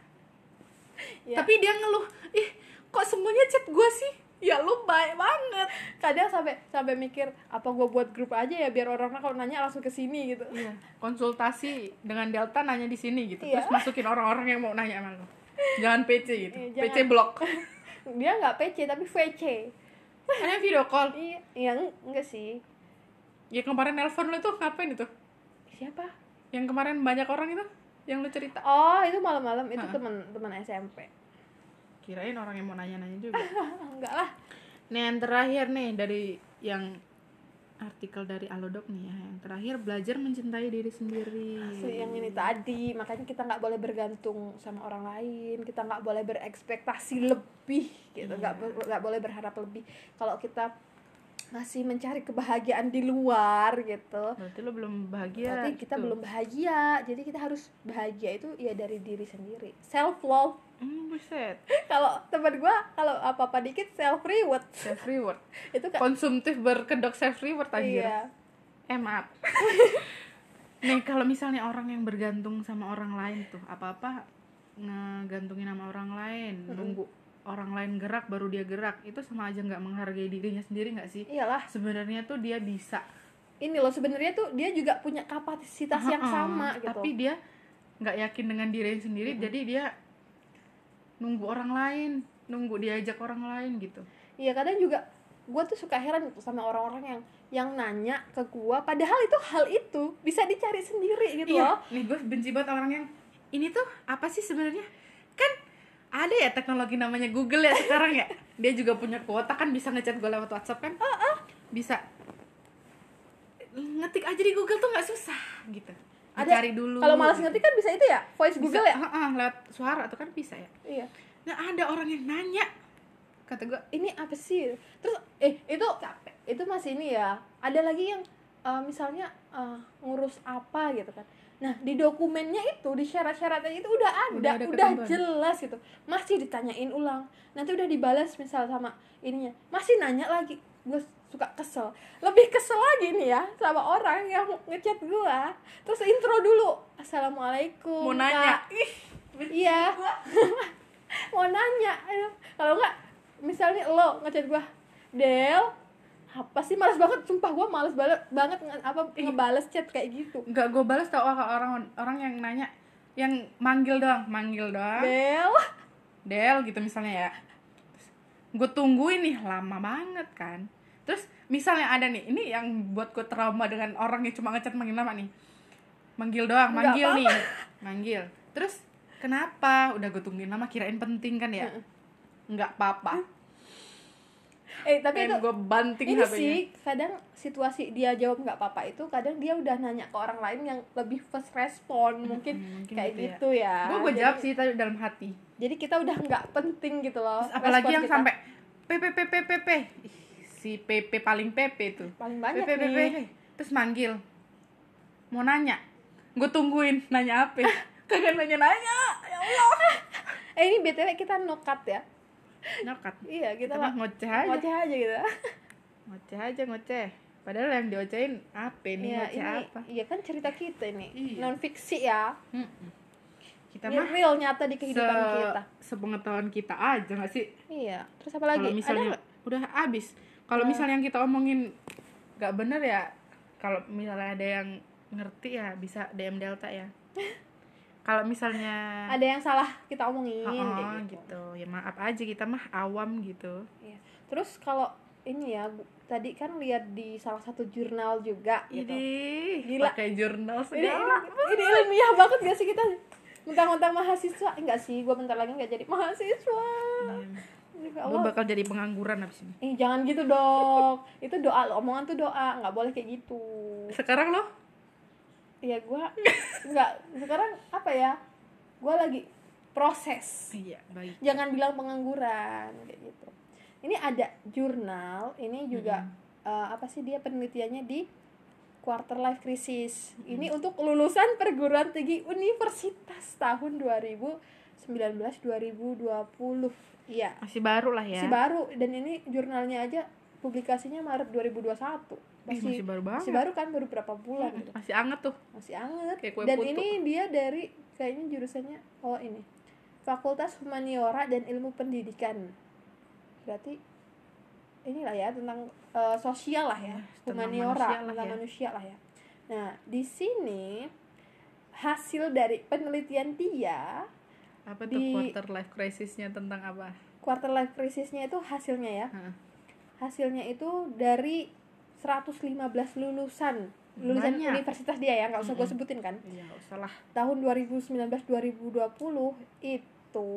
Ya, Tapi dia ngeluh, ih kok semuanya chat gue sih, ya lu baik banget. kadang sampai sampai mikir apa gua buat grup aja ya biar orang-orang kalau nanya langsung ke sini gitu. Iya, konsultasi dengan Delta nanya di sini gitu. Iya. Terus masukin orang-orang yang mau nanya sama lu. Jangan P C gitu. Iya, P C jangan. blok. Dia nggak P C tapi V C. Hanya video call. Iya, iya eng- enggak sih. Ya kemarin nelpon lu tuh ngapain itu? Siapa? Yang kemarin banyak orang itu yang lu cerita. Oh, itu malam-malam itu Ha. teman-teman S M P. Kirain orang yang mau nanya-nanya juga. Enggak lah. Nih yang terakhir nih dari yang artikel dari Alodoc nih ya, yang terakhir belajar mencintai diri sendiri. Asli, yang ini tadi, makanya kita nggak boleh bergantung sama orang lain, kita nggak boleh berekspektasi lebih gitu, nggak Iya. bo- nggak boleh berharap lebih. Kalau kita masih mencari kebahagiaan di luar gitu, Berarti lo belum bahagia. berarti kita gitu. belum bahagia. Jadi kita harus bahagia itu ya dari diri sendiri, self love. Hmm, buset. Kalau teman gue kalau apa apa dikit self reward Self reward. itu kan. Konsumtif berkedok self reward anjir. Iya. Eh maaf. Nih kalau misalnya orang yang bergantung sama orang lain tuh, apa-apa ngegantungin sama orang lain, Mm-mm. nunggu orang lain gerak baru dia gerak, itu sama aja nggak menghargai dirinya sendiri nggak sih? Iyalah, Sebenarnya tuh dia bisa. ini loh sebenarnya tuh dia juga punya kapasitas yang Heeh, sama gitu. Tapi dia nggak yakin dengan dirinya sendiri, Mm-mm. jadi dia nunggu orang lain, nunggu diajak orang lain gitu. Iya, kadang juga gue tuh suka heran gitu sama orang-orang yang yang nanya ke gue, padahal itu hal itu bisa dicari sendiri gitu Iya, loh. nih gue benci banget orang yang ini tuh apa sih sebenarnya? Kan ada ya teknologi namanya Google ya sekarang ya. Dia juga punya kuota kan, bisa ngechat gue lewat WhatsApp kan? Oh, oh. Bisa ngetik aja di Google tuh nggak susah gitu. Ada, Cari dulu. kalau malas gitu. ngetik kan bisa itu ya, voice Bisa, Google ya. uh, uh, lewat suara tuh kan bisa ya. Iya. Nah ada orang yang nanya, kata gue, Ini apa sih? Terus eh itu capek. itu masih ini ya. Ada lagi yang uh, misalnya uh, ngurus apa gitu kan. Nah, di dokumennya itu, di syarat-syaratnya itu udah ada, Udah ada udah ketentuan. jelas gitu. Masih ditanyain ulang. Nanti udah dibalas misal sama ininya. Masih nanya lagi. Gue suka kesel. Lebih kesel lagi nih ya sama orang yang ngechat gue. Terus intro dulu. Assalamualaikum. Mau nanya. Kak. Iya. Mau nanya. Aduh. Kalau enggak misalnya lo ngechat gue, Del, apa sih, malas banget, sumpah gue malas banget banget nge- apa ngebales chat kayak gitu. Nggak gue balas tau orang orang yang nanya, yang manggil doang, manggil doang. Del, Del gitu misalnya ya. Gue tungguin nih lama banget kan. Terus misalnya ada nih, ini yang buat gue trauma dengan orang yang cuma ngechat manggil nama nih. Manggil doang, Nggak manggil apa-apa. nih. Manggil. Terus kenapa? Udah gue tungguin lama, kirain penting kan ya. Nggak apa-apa. eh tapi itu Pengen gue banting ini H P-nya. sih kadang situasi dia jawab nggak apa-apa itu kadang dia udah nanya ke orang lain yang lebih first respon mungkin, Hmm, mungkin kayak gitu gitu ya. Gue gue Jadi- jawab sih tadi dalam hati. Jadi kita udah nggak penting gitu loh. Terus apalagi respon yang kita. sampai P P P P P P. Ih, si P P paling P P tuh. paling P banyak P P P. nih. Terus manggil. Mau nanya. Gue tungguin nanya apa? Kagak nanya-nanya. Ya Allah. Eh ini B T W kita no cut ya. Nyokat. Iya kita, Kita mah ngoceh aja. ngoceh aja gitu. Ngoceh aja ngoceh. Padahal yang diocehin apa nih, Iya ngoceh ini apa? iya kan cerita kita ini Iya. non fiksi ya. Mm-mm. Kita Ini mah real nyata di kehidupan se- kita. sepengetahuan kita aja nggak sih? Iya. Terus apa lagi? Kalau misalnya Ada nggak? udah habis. Kalau Nah. misalnya yang kita omongin nggak bener ya, kalau misalnya ada yang ngerti ya bisa D M Delta ya. Kalau misalnya Ada yang salah kita omongin oh, kayak gitu. gitu. Ya maaf aja, kita mah awam gitu. Iya. Terus kalau ini ya, bu- tadi kan lihat di salah satu jurnal juga gitu. Ini Gila. pakai jurnal Ini, segala. ini, ini ilmiah banget gak sih kita? Mentang-mentang mahasiswa, enggak sih, gue bentar lagi nggak jadi mahasiswa. Ya Gue Allah. bakal jadi pengangguran abis ini. Eh jangan gitu dong. Itu doa lo, omongan tuh doa, nggak boleh kayak gitu. Sekarang lo? Iya gue nggak, sekarang apa ya? Gue lagi proses. Iya, baik. Jangan bilang pengangguran kayak gitu. Ini ada jurnal, ini juga eh, apa sih dia penelitiannya di quarter life crisis. Ini untuk lulusan perguruan tinggi universitas tahun dua ribu sembilan belas dua ribu dua puluh. Iya. Masih baru lah ya. Masih baru, dan ini jurnalnya aja publikasinya Maret dua ribu dua puluh satu. Ih, masih baru banget. Masih baru kan, baru berapa bulan gitu. Masih anget tuh. Masih anget. Kayak kue Dan putu. ini dia dari kayaknya jurusannya oh ini. Fakultas Humaniora dan Ilmu Pendidikan. Berarti inilah ya tentang uh, sosial lah ya, Tentang humaniora, manusia lah tentang ya. manusia lah ya. Nah, di sini hasil dari penelitian dia, Apa tuh Di- quarter life crisisnya tentang apa? quarter life crisisnya itu hasilnya ya. Hah. Hasilnya itu dari seratus lima belas lulusan lulusan Banyak. universitas dia ya, nggak usah gue Mm-mm. sebutin kan. Iya, nggak usah lah. Tahun dua ribu sembilan belas dua ribu dua puluh itu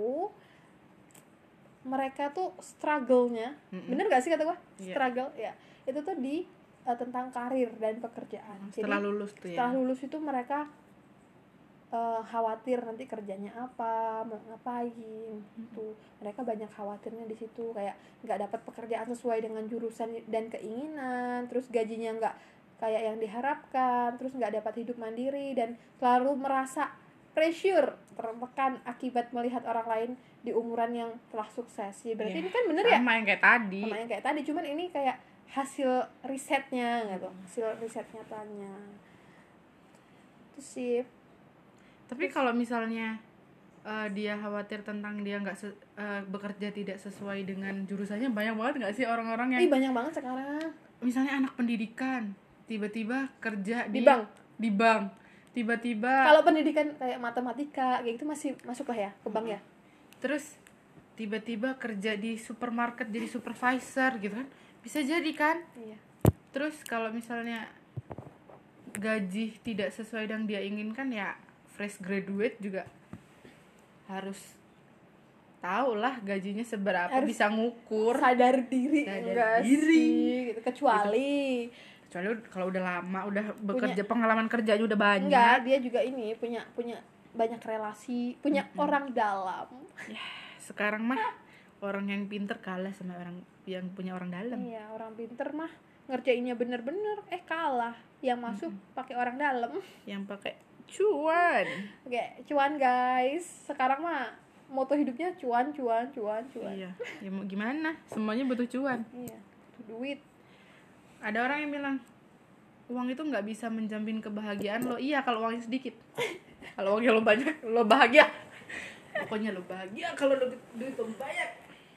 mereka tuh struggle-nya, Mm-mm. bener gak sih kata gue? Iya. Struggle ya, itu tuh di eh, tentang karir dan pekerjaan. Setelah Jadi lulus tuh ya. setelah lulus itu mereka eh, khawatir nanti kerjanya apa, mau ngapain. Tuh mereka banyak khawatirnya di situ, kayak nggak dapat pekerjaan sesuai dengan jurusan dan keinginan, terus gajinya nggak kayak yang diharapkan, terus nggak dapat hidup mandiri dan selalu merasa pressure, tertekan akibat melihat orang lain di umuran yang telah sukses. Ya berarti Iya, ini kan bener ya, sama yang kayak tadi. sama yang kayak tadi, cuman ini kayak hasil risetnya gitu, hasil riset nyatanya. Itu sih. Tapi kalau misalnya eh, dia khawatir tentang dia nggak se- eh, bekerja tidak sesuai dengan jurusannya, banyak banget nggak sih orang-orang yang Ih banyak banget sekarang. misalnya anak pendidikan tiba-tiba kerja di Di bank. di bank tiba-tiba Kalau pendidikan kayak matematika kayak gitu masih masuk lah ya ke bank ya. terus tiba-tiba kerja di supermarket jadi supervisor gitu kan, bisa jadi kan. Iya. Terus kalau misalnya gaji tidak sesuai yang dia inginkan ya fresh graduate juga harus tahu lah gajinya seberapa, Harus bisa ngukur, sadar diri Sadar enggak diri. sih gitu. Kecuali kecuali kalau udah lama udah bekerja, pengalaman kerjanya udah banyak. enggak, dia juga ini punya punya banyak relasi, punya Mm-mm. orang dalam. Ya, sekarang mah orang yang pinter kalah sama orang yang punya orang dalam. Iya, orang pinter mah ngerjainnya bener-bener eh kalah yang masuk pakai orang dalam. Yang pakai cuan. Oke, cuan guys. Sekarang mah moto hidupnya cuan, cuan, cuan, cuan. Iya, ya mau gimana? Semuanya butuh cuan. Iya, duit. Ada orang yang bilang uang itu nggak bisa menjamin kebahagiaan lo. Iya, kalau uangnya sedikit. Kalau uangnya lo banyak, lo bahagia. Pokoknya lo bahagia kalau lo duit lo banyak.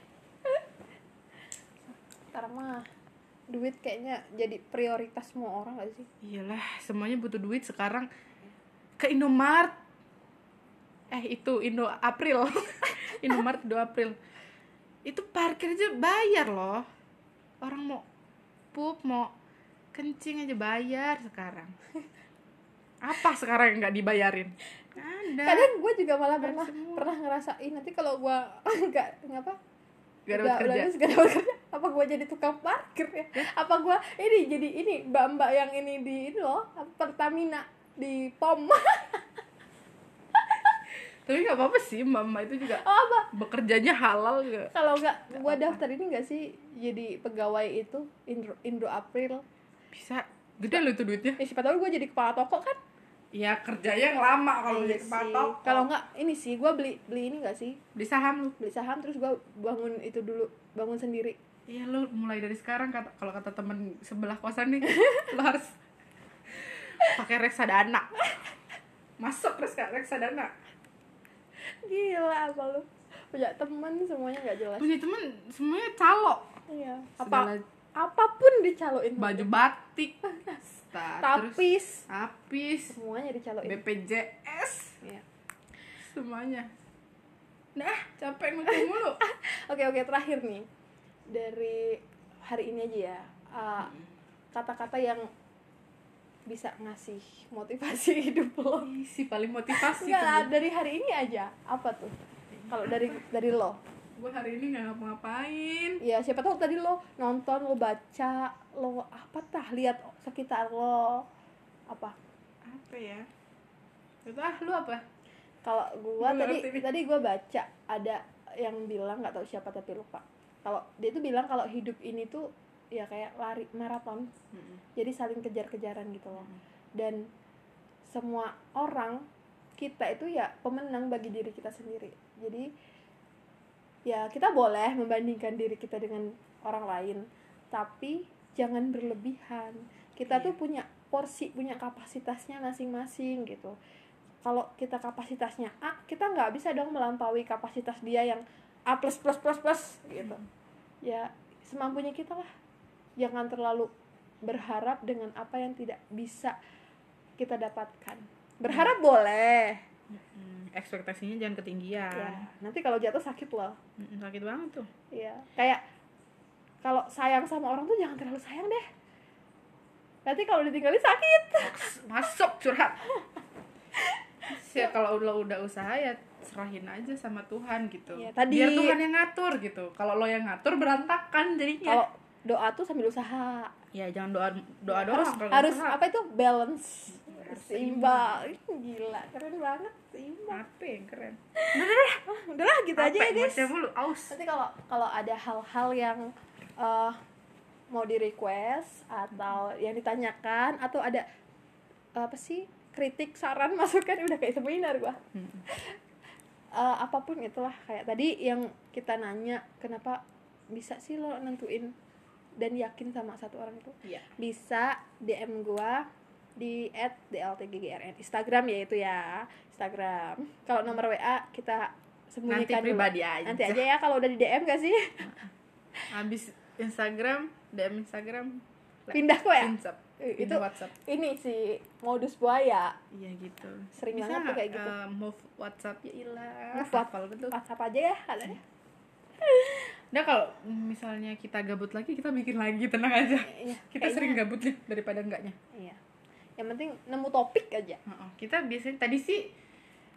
Sekarang mah duit kayaknya jadi prioritas semua orang gak sih? Iyalah, semuanya butuh duit sekarang. Ke Indomart. Eh, itu Indo April. Indomart dua April. Itu parkir aja bayar loh. Orang mau pup, mau kencing aja bayar sekarang. Apa sekarang yang nggak dibayarin? Ada. Kadang gue juga malah Bayar pernah semua. pernah ngerasain nanti kalau gue nggak ngapa Gak dapat kerja. lulus, gak dapat kerja, apa gue jadi tukang parkir ya? Apa gue ini jadi ini mbak-mbak yang ini di ini loh Pertamina di pom. Tapi nggak apa-apa sih, mama itu juga Oh, apa? bekerjanya halal gak? Kalau nggak gue daftar ini nggak sih jadi pegawai itu Indo, Indo April. Bisa gede loh itu duitnya. Ya siapa tahu gue jadi kepala toko kan? Ya kerjanya yang lama kalau Iya jadi sih. patok. Kalau nggak ini sih gue beli beli ini nggak sih, Di saham lu. beli saham terus gue bangun itu dulu, bangun sendiri. Iya, lu mulai dari sekarang, kata kalau kata temen sebelah kosan nih, lu harus pakai reksadana. Masuk reksa- reksadana. Gila apa lu punya teman semuanya nggak jelas. Punya temen semuanya calo. Iya. Segala Apa apapun dicaloin. baju batik, Sta- terus Tapis apis, semuanya dicaloin. B P J S, Iya. semuanya. Nah, capek ngutung mulu. Oke oke terakhir nih dari hari ini aja ya, uh, kata-kata yang bisa ngasih motivasi hidup lo. Ih, si paling motivasi Enggak lah, tuh. dari hari ini aja apa tuh? Kalau dari dari lo, Gue hari ini nggak ngapa-ngapain. ya siapa tahu tadi lo nonton, lo baca, lo apa tah lihat sekitar lo apa? Apa ya? Itu ah, lu apa? Kalau gua Gua tadi ngerti nih. tadi gua baca ada yang bilang nggak tahu siapa tapi lupa. Kalau dia tuh bilang kalau hidup ini tuh ya kayak lari maraton. Mm-mm. Jadi saling kejar-kejaran gitu loh. Dan semua orang kita itu ya pemenang bagi diri kita sendiri. Jadi ya kita boleh membandingkan diri kita dengan orang lain, tapi jangan berlebihan. Kita Iya. tuh punya porsi, punya kapasitasnya masing-masing gitu. Kalau kita kapasitasnya A, kita nggak bisa dong melampaui kapasitas dia yang A plus plus plus plus gitu. Ya semampunya kita lah. Jangan terlalu berharap dengan apa yang tidak bisa kita dapatkan. Berharap boleh. Mm, ekspektasinya jangan ketinggian. Ya, nanti kalau jatuh sakit loh. Mm, sakit banget tuh. Iya. Kayak kalau sayang sama orang tuh jangan terlalu sayang deh. Nanti kalau ditinggalin sakit. Masuk curhat. Ya kalau lo udah usaha ya serahin aja sama Tuhan gitu. Ya, tadi- Biar Tuhan yang ngatur gitu. Kalau lo yang ngatur berantakan jadinya. Kalau doa tuh sambil usaha. Ya jangan doa doa Ya, doang. harus kalau harus usaha. apa itu balance. Harus Seimbang. Ih, gila, keren banget seimbang. Apa yang keren? Ah, udahlah gitu aja ya, guys. Baca mulu, aus. Nanti kalau kalau ada hal-hal yang eh, mau di request atau yang ditanyakan atau ada apa sih kritik, saran, masukan, udah kayak seminar gua. Hmm. Eh, apapun itulah, kayak tadi yang kita nanya kenapa bisa sih lo nentuin dan yakin sama satu orang itu, Iya. bisa D M gua di et d l t g g r n Instagram ya itu ya Instagram. Kalau nomor W A kita sembunyikan Nanti dulu. pribadi aja. Nanti aja ya kalau udah di D M gak sih? Habis Instagram, D M Instagram, Pindah ke W A. WhatsApp. Eh, Itu itu WhatsApp. ini sih modus buaya. Iya gitu. Sering Bisa banget tuh nggak, kayak gitu. eh, move WhatsApp ya ilah. Move what- Hafal betul. WhatsApp aja ya katanya. Nah kalau misalnya kita gabut lagi, kita bikin lagi, tenang aja. Iya, Kita kayaknya- sering gabutnya daripada enggaknya. Iya. Yang penting nemu topik aja. Heeh. Kita biasanya tadi sih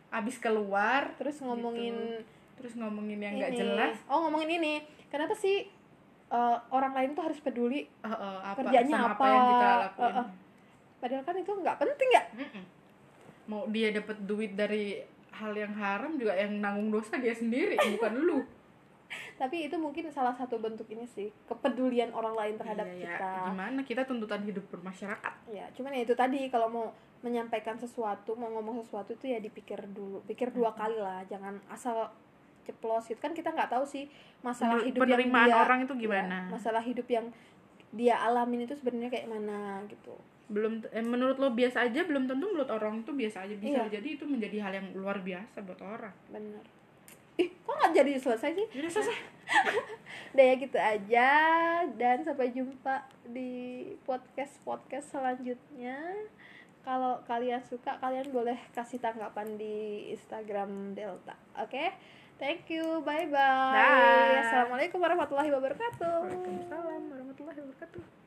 abis keluar terus ngomongin gitu. Terus ngomongin yang nggak ini. jelas. Oh, ngomongin ini. Kenapa sih uh, orang lain tuh harus peduli uh, uh, apa, kerjanya sama apa, apa yang kita lakuin. Uh, uh. Padahal kan itu nggak penting ya. Mm-mm. Mau dia dapat duit dari hal yang haram juga yang nanggung dosa dia sendiri, bukan lu. Tapi itu mungkin salah satu bentuk ini sih, kepedulian orang lain terhadap iya, kita. Ya, gimana kita tuntutan hidup bermasyarakat. Ya, cuman ya itu tadi, kalau mau menyampaikan sesuatu, mau ngomong sesuatu itu ya dipikir dulu, pikir dua kali lah, jangan asal ceplos gitu kan. Kita nggak tahu sih masalah Penerimaan hidup yang dia orang itu gimana. Ya, masalah hidup yang dia alamin itu sebenarnya kayak mana gitu. Belum eh, menurut lo biasa aja, belum tentu menurut orang itu biasa aja. Bisa iya. jadi itu menjadi hal yang luar biasa buat orang. Bener. Ih, kok nggak jadi selesai sih? Udah selesai. Udah ya gitu aja, dan sampai jumpa di podcast podcast selanjutnya. Kalau kalian suka, kalian boleh kasih tanggapan di Instagram Delta. Oke, okay? Thank you, bye bye. Bye. Assalamualaikum warahmatullahi wabarakatuh. Waalaikumsalam warahmatullahi wabarakatuh.